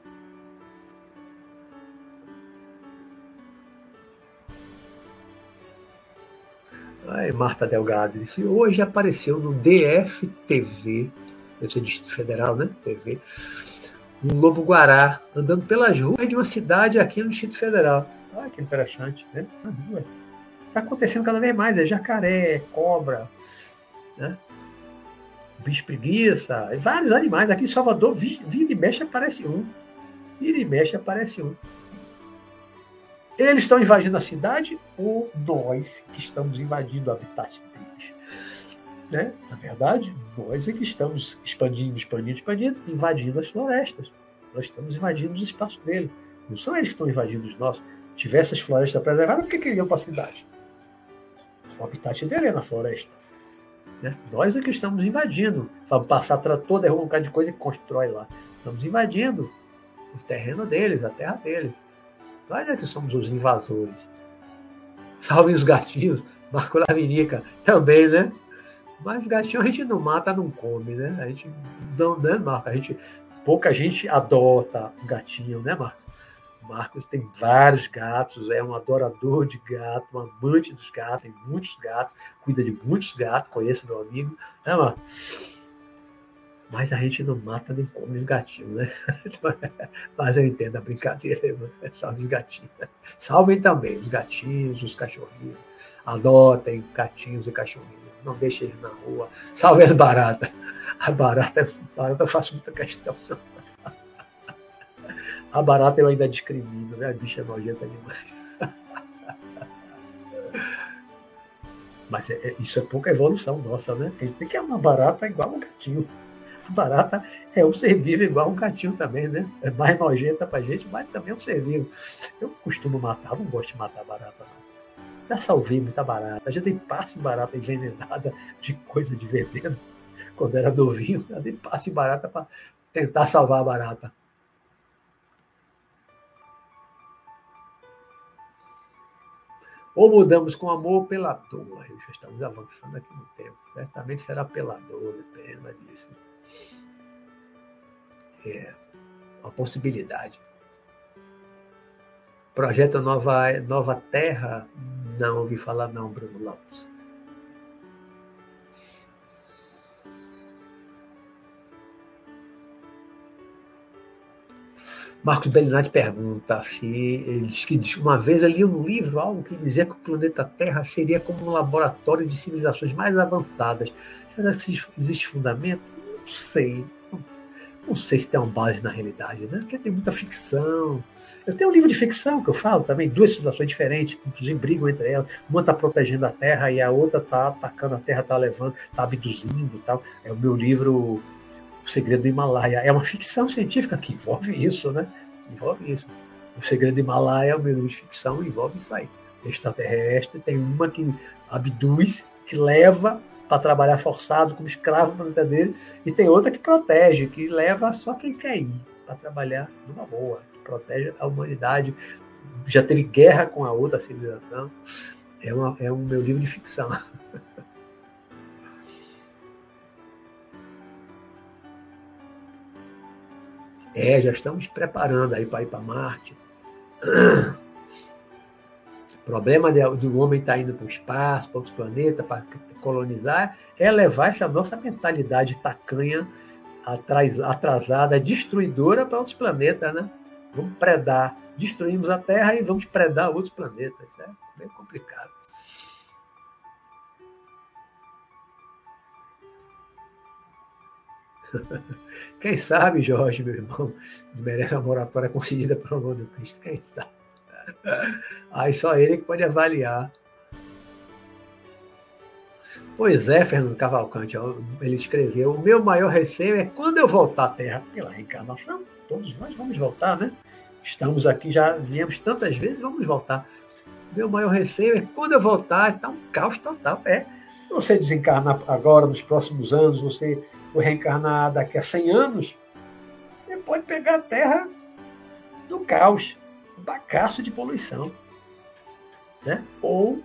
Aí, Marta Delgado disse, hoje apareceu no D F T V, deve ser Distrito Federal, né? T V, um lobo-guará andando pelas ruas de uma cidade aqui no Distrito Federal. Olha que interessante, né? Está acontecendo cada vez mais, é jacaré, é cobra, né? Bicho preguiça, vários animais. Aqui em Salvador, vira e mexe aparece um. Vira e mexe aparece um. Eles estão invadindo a cidade ou nós que estamos invadindo o habitat deles? Né? Na verdade, nós é que estamos expandindo, expandindo, expandindo, invadindo as florestas. Nós estamos invadindo os espaços deles. Não são eles que estão invadindo os nossos. Se tivesse as florestas preservadas, por que queriam para a cidade? O habitat dele é na floresta. Né? Nós é que estamos invadindo. Vamos passar trator, derruba um bocado de coisa e constrói lá. Estamos invadindo o terreno deles, a terra deles. Nós é que somos os invasores. Salvem os gatinhos. Marco Lavinica também, né? Mas os gatinhos a gente não mata, não come, né? A gente não, né, Marco? A gente, pouca gente adota um gatinho, né, Marco? Marcos tem vários gatos, é um adorador de gato, um amante dos gatos, tem muitos gatos, cuida de muitos gatos, conheço meu amigo, né, Marcos? Mas a gente não mata nem come os gatinhos, né? Mas eu entendo a brincadeira, salve os gatinhos. Salvem também os gatinhos, os cachorrinhos. Adotem gatinhos e cachorrinhos. Não deixem eles na rua. Salve as baratas. A barata, a barata eu faço muita questão. A barata eu ainda discrimino, né? A bicha é nojenta demais. Mas é, é, isso é pouca evolução nossa, né? Porque a gente tem que amar barata igual um gatinho. A barata é um ser vivo igual um gatinho também, né? É mais nojenta pra gente, mas também é um ser vivo. Eu costumo matar, não gosto de matar barata, não. Já salvei muita barata. Já dei passe em barata envenenada de coisa de veneno. Quando era novinho, já dei passe em barata para tentar salvar a barata. Ou mudamos com amor ou pela dor. Já estamos avançando aqui no tempo. Certamente será pela dor, dependa disso. É uma possibilidade. Projeto Nova, Nova Terra, não ouvi falar não, Bruno Lopes. Marcos Bellinati pergunta se ele diz que uma vez eu li no livro algo que dizia que o planeta Terra seria como um laboratório de civilizações mais avançadas. Será que existe fundamento? sei. Não sei se tem uma base na realidade, né? Porque tem muita ficção. Eu tenho um livro de ficção que eu falo também, duas situações diferentes, inclusive brigam entre elas. Uma está protegendo a Terra e a outra está atacando a Terra, está levando, está abduzindo e tal. É o meu livro O Segredo do Himalaia. É uma ficção científica que envolve isso, né? Envolve isso. O Segredo do Himalaia é o meu livro de ficção, envolve isso aí. Extraterrestre, tem uma que abduz, que leva para trabalhar forçado como escravo no planeta dele, e tem outra que protege, que leva só quem quer ir para trabalhar numa boa, que protege a humanidade. Já teve guerra com a outra civilização. É, uma, é um meu livro de ficção. É, já estamos preparando aí para ir para Marte. O problema do homem estar indo para o espaço, para outros planetas, para colonizar, é levar essa nossa mentalidade tacanha, atrasada, destruidora para outros planetas, né? Vamos predar. Destruímos a Terra e vamos predar outros planetas. Isso é bem complicado. Quem sabe, Jorge, meu irmão, merece uma moratória concedida pelo amor do Cristo. Quem sabe? Aí só ele que pode avaliar. Pois é, Fernando Cavalcante, ele escreveu: o meu maior receio é quando eu voltar à Terra. Pela reencarnação, todos nós vamos voltar, né? Estamos aqui, já viemos tantas vezes, vamos voltar. Meu maior receio é quando eu voltar, está um caos total. É, você desencarnar agora, nos próximos anos, você for reencarnar daqui a cem anos, você pode pegar a Terra no caos, um bagaço de poluição. Né? Ou,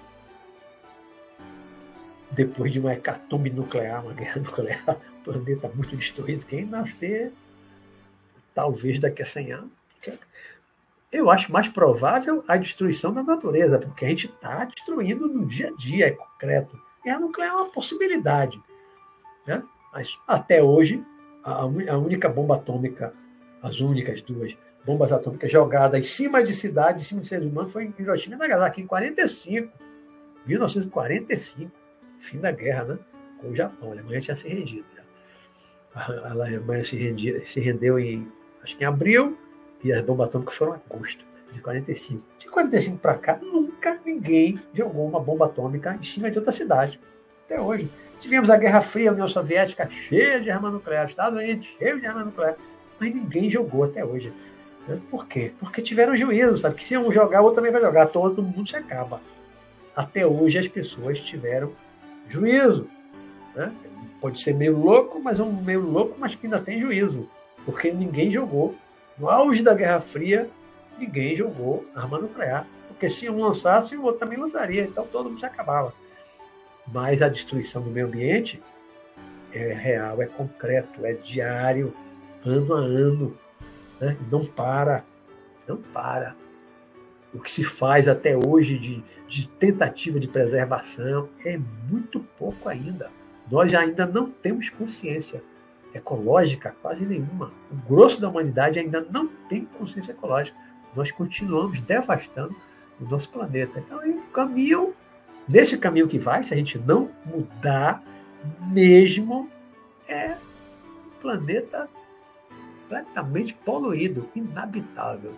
depois de uma hecatombe nuclear, uma guerra nuclear, o planeta muito destruído, quem nascer, talvez daqui a cem anos. Eu acho mais provável a destruição da natureza, porque a gente está destruindo no dia a dia, é concreto. Guerra nuclear é uma possibilidade. Né? Mas, até hoje, a única bomba atômica, as únicas duas bombas atômicas jogadas em cima de cidades, em cima de seres humanos, foi em Hiroshima e Nagasaki, em quarenta e cinco. mil novecentos e quarenta e cinco. Fim da guerra, né? Com o Japão. A Alemanha tinha se rendido. Já. A Alemanha se, rendia, se rendeu em, acho que em abril, e as bombas atômicas foram em agosto de quarenta e cinco. De quarenta e cinco para cá, nunca ninguém jogou uma bomba atômica em cima de outra cidade. Até hoje. Tivemos a Guerra Fria, a União Soviética cheia de arma nuclear, Estados Unidos cheio de arma nuclear, mas ninguém jogou até hoje. Por quê? Porque tiveram juízo, sabe? Que se um jogar, o outro também vai jogar. Todo mundo se acaba. Até hoje as pessoas tiveram juízo. Né? Pode ser meio louco, mas é um meio louco, mas que ainda tem juízo. Porque ninguém jogou. No auge da Guerra Fria, ninguém jogou arma nuclear. Porque se um lançasse, o outro também lançaria. Então todo mundo se acabava. Mas a destruição do meio ambiente é real, é concreto, é diário, ano a ano. Né? Não para, não para. O que se faz até hoje de, de tentativa de preservação é muito pouco ainda. Nós ainda não temos consciência ecológica, quase nenhuma. O grosso da humanidade ainda não tem consciência ecológica. Nós continuamos devastando o nosso planeta. Então, o caminho, nesse caminho que vai, se a gente não mudar mesmo, é um planeta completamente poluído, inabitável.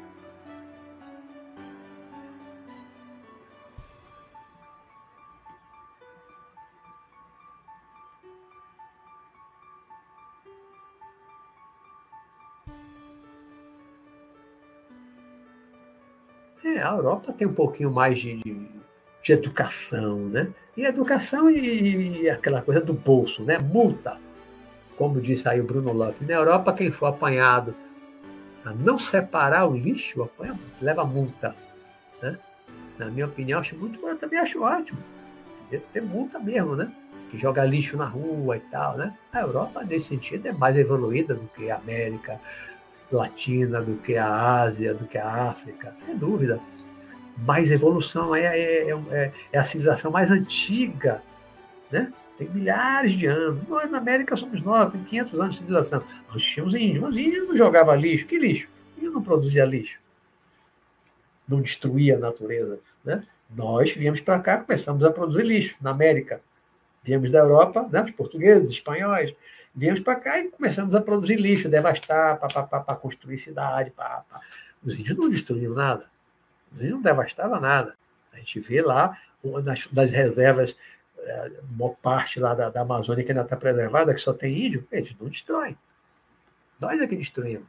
É, a Europa tem um pouquinho mais de, de, de educação, né? E educação e, e aquela coisa do bolso, né? Multa. Como disse aí o Bruno Lopes, na Europa, quem for apanhado a não separar o lixo, apanha, leva multa. Né? Na minha opinião, acho muito, eu também acho ótimo. Deve ter multa mesmo, né? Que joga lixo na rua e tal, né? A Europa, nesse sentido, é mais evoluída do que a América Latina, do que a Ásia, do que a África, sem dúvida. Mais evolução, é, é, é, é a civilização mais antiga, né? Tem milhares de anos. Nós, na América, somos nós, tem quinhentos anos de civilização. Nós tínhamos índios, mas os índios não jogavam lixo. Que lixo? Índio não produzia lixo. Não destruía a natureza. Né? Nós viemos para cá, começamos a produzir lixo na América. Viemos da Europa, né? Os portugueses, espanhóis. Viemos para cá e começamos a produzir lixo, devastar, para construir cidade. Pá, pá. Os índios não destruíam nada. Os índios não devastavam nada. A gente vê lá, uma das, das reservas, uma parte lá da, da Amazônia que ainda está preservada, que só tem índio, eles não destroem. Nós é que destruímos.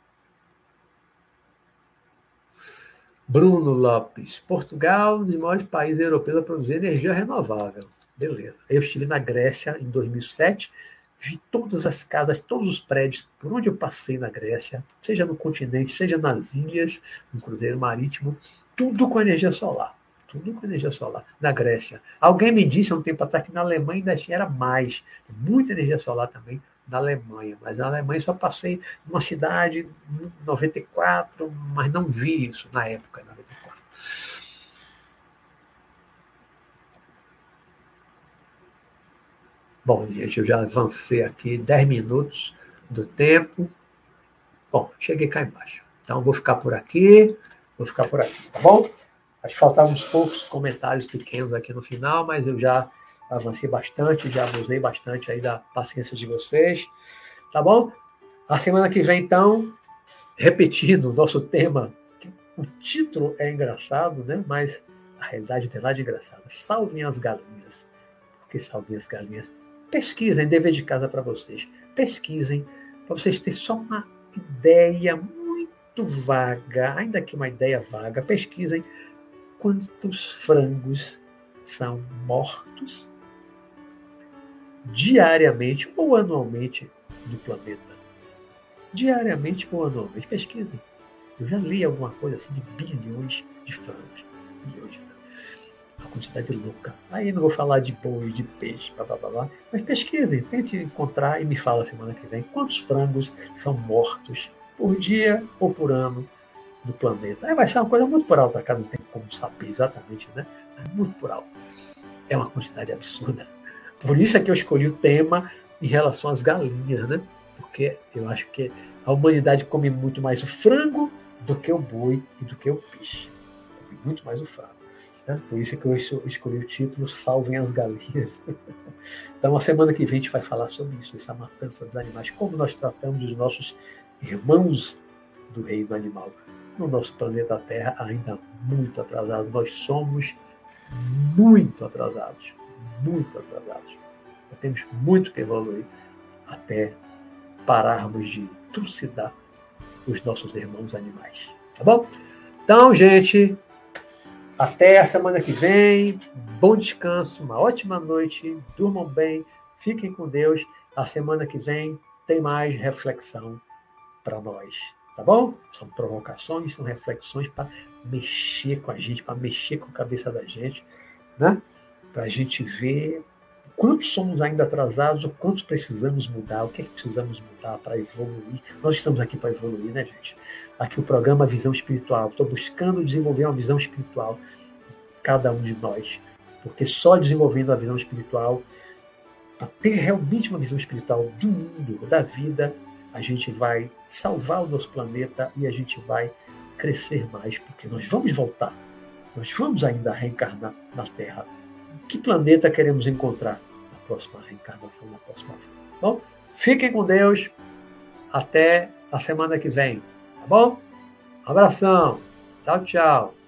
Bruno Lopes. Portugal, um dos maiores países europeus a produzir energia renovável. Beleza. Eu estive na Grécia em dois mil e sete, vi todas as casas, todos os prédios, por onde eu passei na Grécia, seja no continente, seja nas ilhas, no cruzeiro marítimo, tudo com energia solar. Tudo com energia solar. Na Grécia. Alguém me disse há um tempo atrás que na Alemanha ainda tinha mais. Muita energia solar também na Alemanha. Mas na Alemanha só passei numa cidade em noventa e quatro, mas não vi isso na época, em noventa e quatro. Bom, gente, eu já avancei aqui dez minutos do tempo. Bom, cheguei cá embaixo. Então, vou ficar por aqui. Vou ficar por aqui, tá bom? Acho que faltavam uns poucos comentários pequenos aqui no final, mas eu já avancei bastante, já abusei bastante aí da paciência de vocês, tá bom? A semana que vem, então, repetindo o nosso tema, o título é engraçado, né? Mas a realidade não tem nada de engraçado. Salvem as galinhas. Por que salvem as galinhas? Pesquisem, dever de casa para vocês. Pesquisem, para vocês terem só uma ideia muito vaga, ainda que uma ideia vaga, pesquisem quantos frangos são mortos diariamente ou anualmente no planeta. Diariamente ou anualmente. Pesquisem. Eu já li alguma coisa assim de bilhões de frangos. Bilhões de frangos. Uma quantidade louca. Aí não vou falar de boi, de peixe, blá, blá, blá, blá, mas pesquisem, tente encontrar e me fala semana que vem quantos frangos são mortos por dia ou por ano do planeta. Aí vai ser uma coisa muito por alto, cara, não tem como saber exatamente, né? Mas muito por alto. É uma quantidade absurda. Por isso é que eu escolhi o tema em relação às galinhas, né? Porque eu acho que a humanidade come muito mais o frango do que o boi e do que o peixe. Come muito mais o frango. Né? Por isso é que eu escolhi o título Salvem as Galinhas. Então, a semana que vem a gente vai falar sobre isso, essa matança dos animais, como nós tratamos os nossos irmãos do reino animal. No nosso planeta Terra, ainda muito atrasado. Nós somos muito atrasados. Muito atrasados. Nós temos muito que evoluir até pararmos de trucidar os nossos irmãos animais. Tá bom? Então, gente, até a semana que vem. Bom descanso, uma ótima noite. Durmam bem, fiquem com Deus. A semana que vem tem mais reflexão para nós. Tá bom? São provocações, são reflexões para mexer com a gente, para mexer com a cabeça da gente, né? Para a gente ver quantos somos ainda atrasados, o quantos precisamos mudar, o que é que precisamos mudar para evoluir. Nós estamos aqui para evoluir, né, gente? Aqui o programa Visão Espiritual. Estou buscando desenvolver uma visão espiritual em cada um de nós. Porque só desenvolvendo a visão espiritual, para ter realmente uma visão espiritual do mundo, da vida, a gente vai salvar o nosso planeta e a gente vai crescer mais, porque nós vamos voltar. Nós vamos ainda reencarnar na Terra. Que planeta queremos encontrar na próxima reencarnação, na próxima vida? Bom, fiquem com Deus. Até a semana que vem. Tá bom? Abração. Tchau, tchau.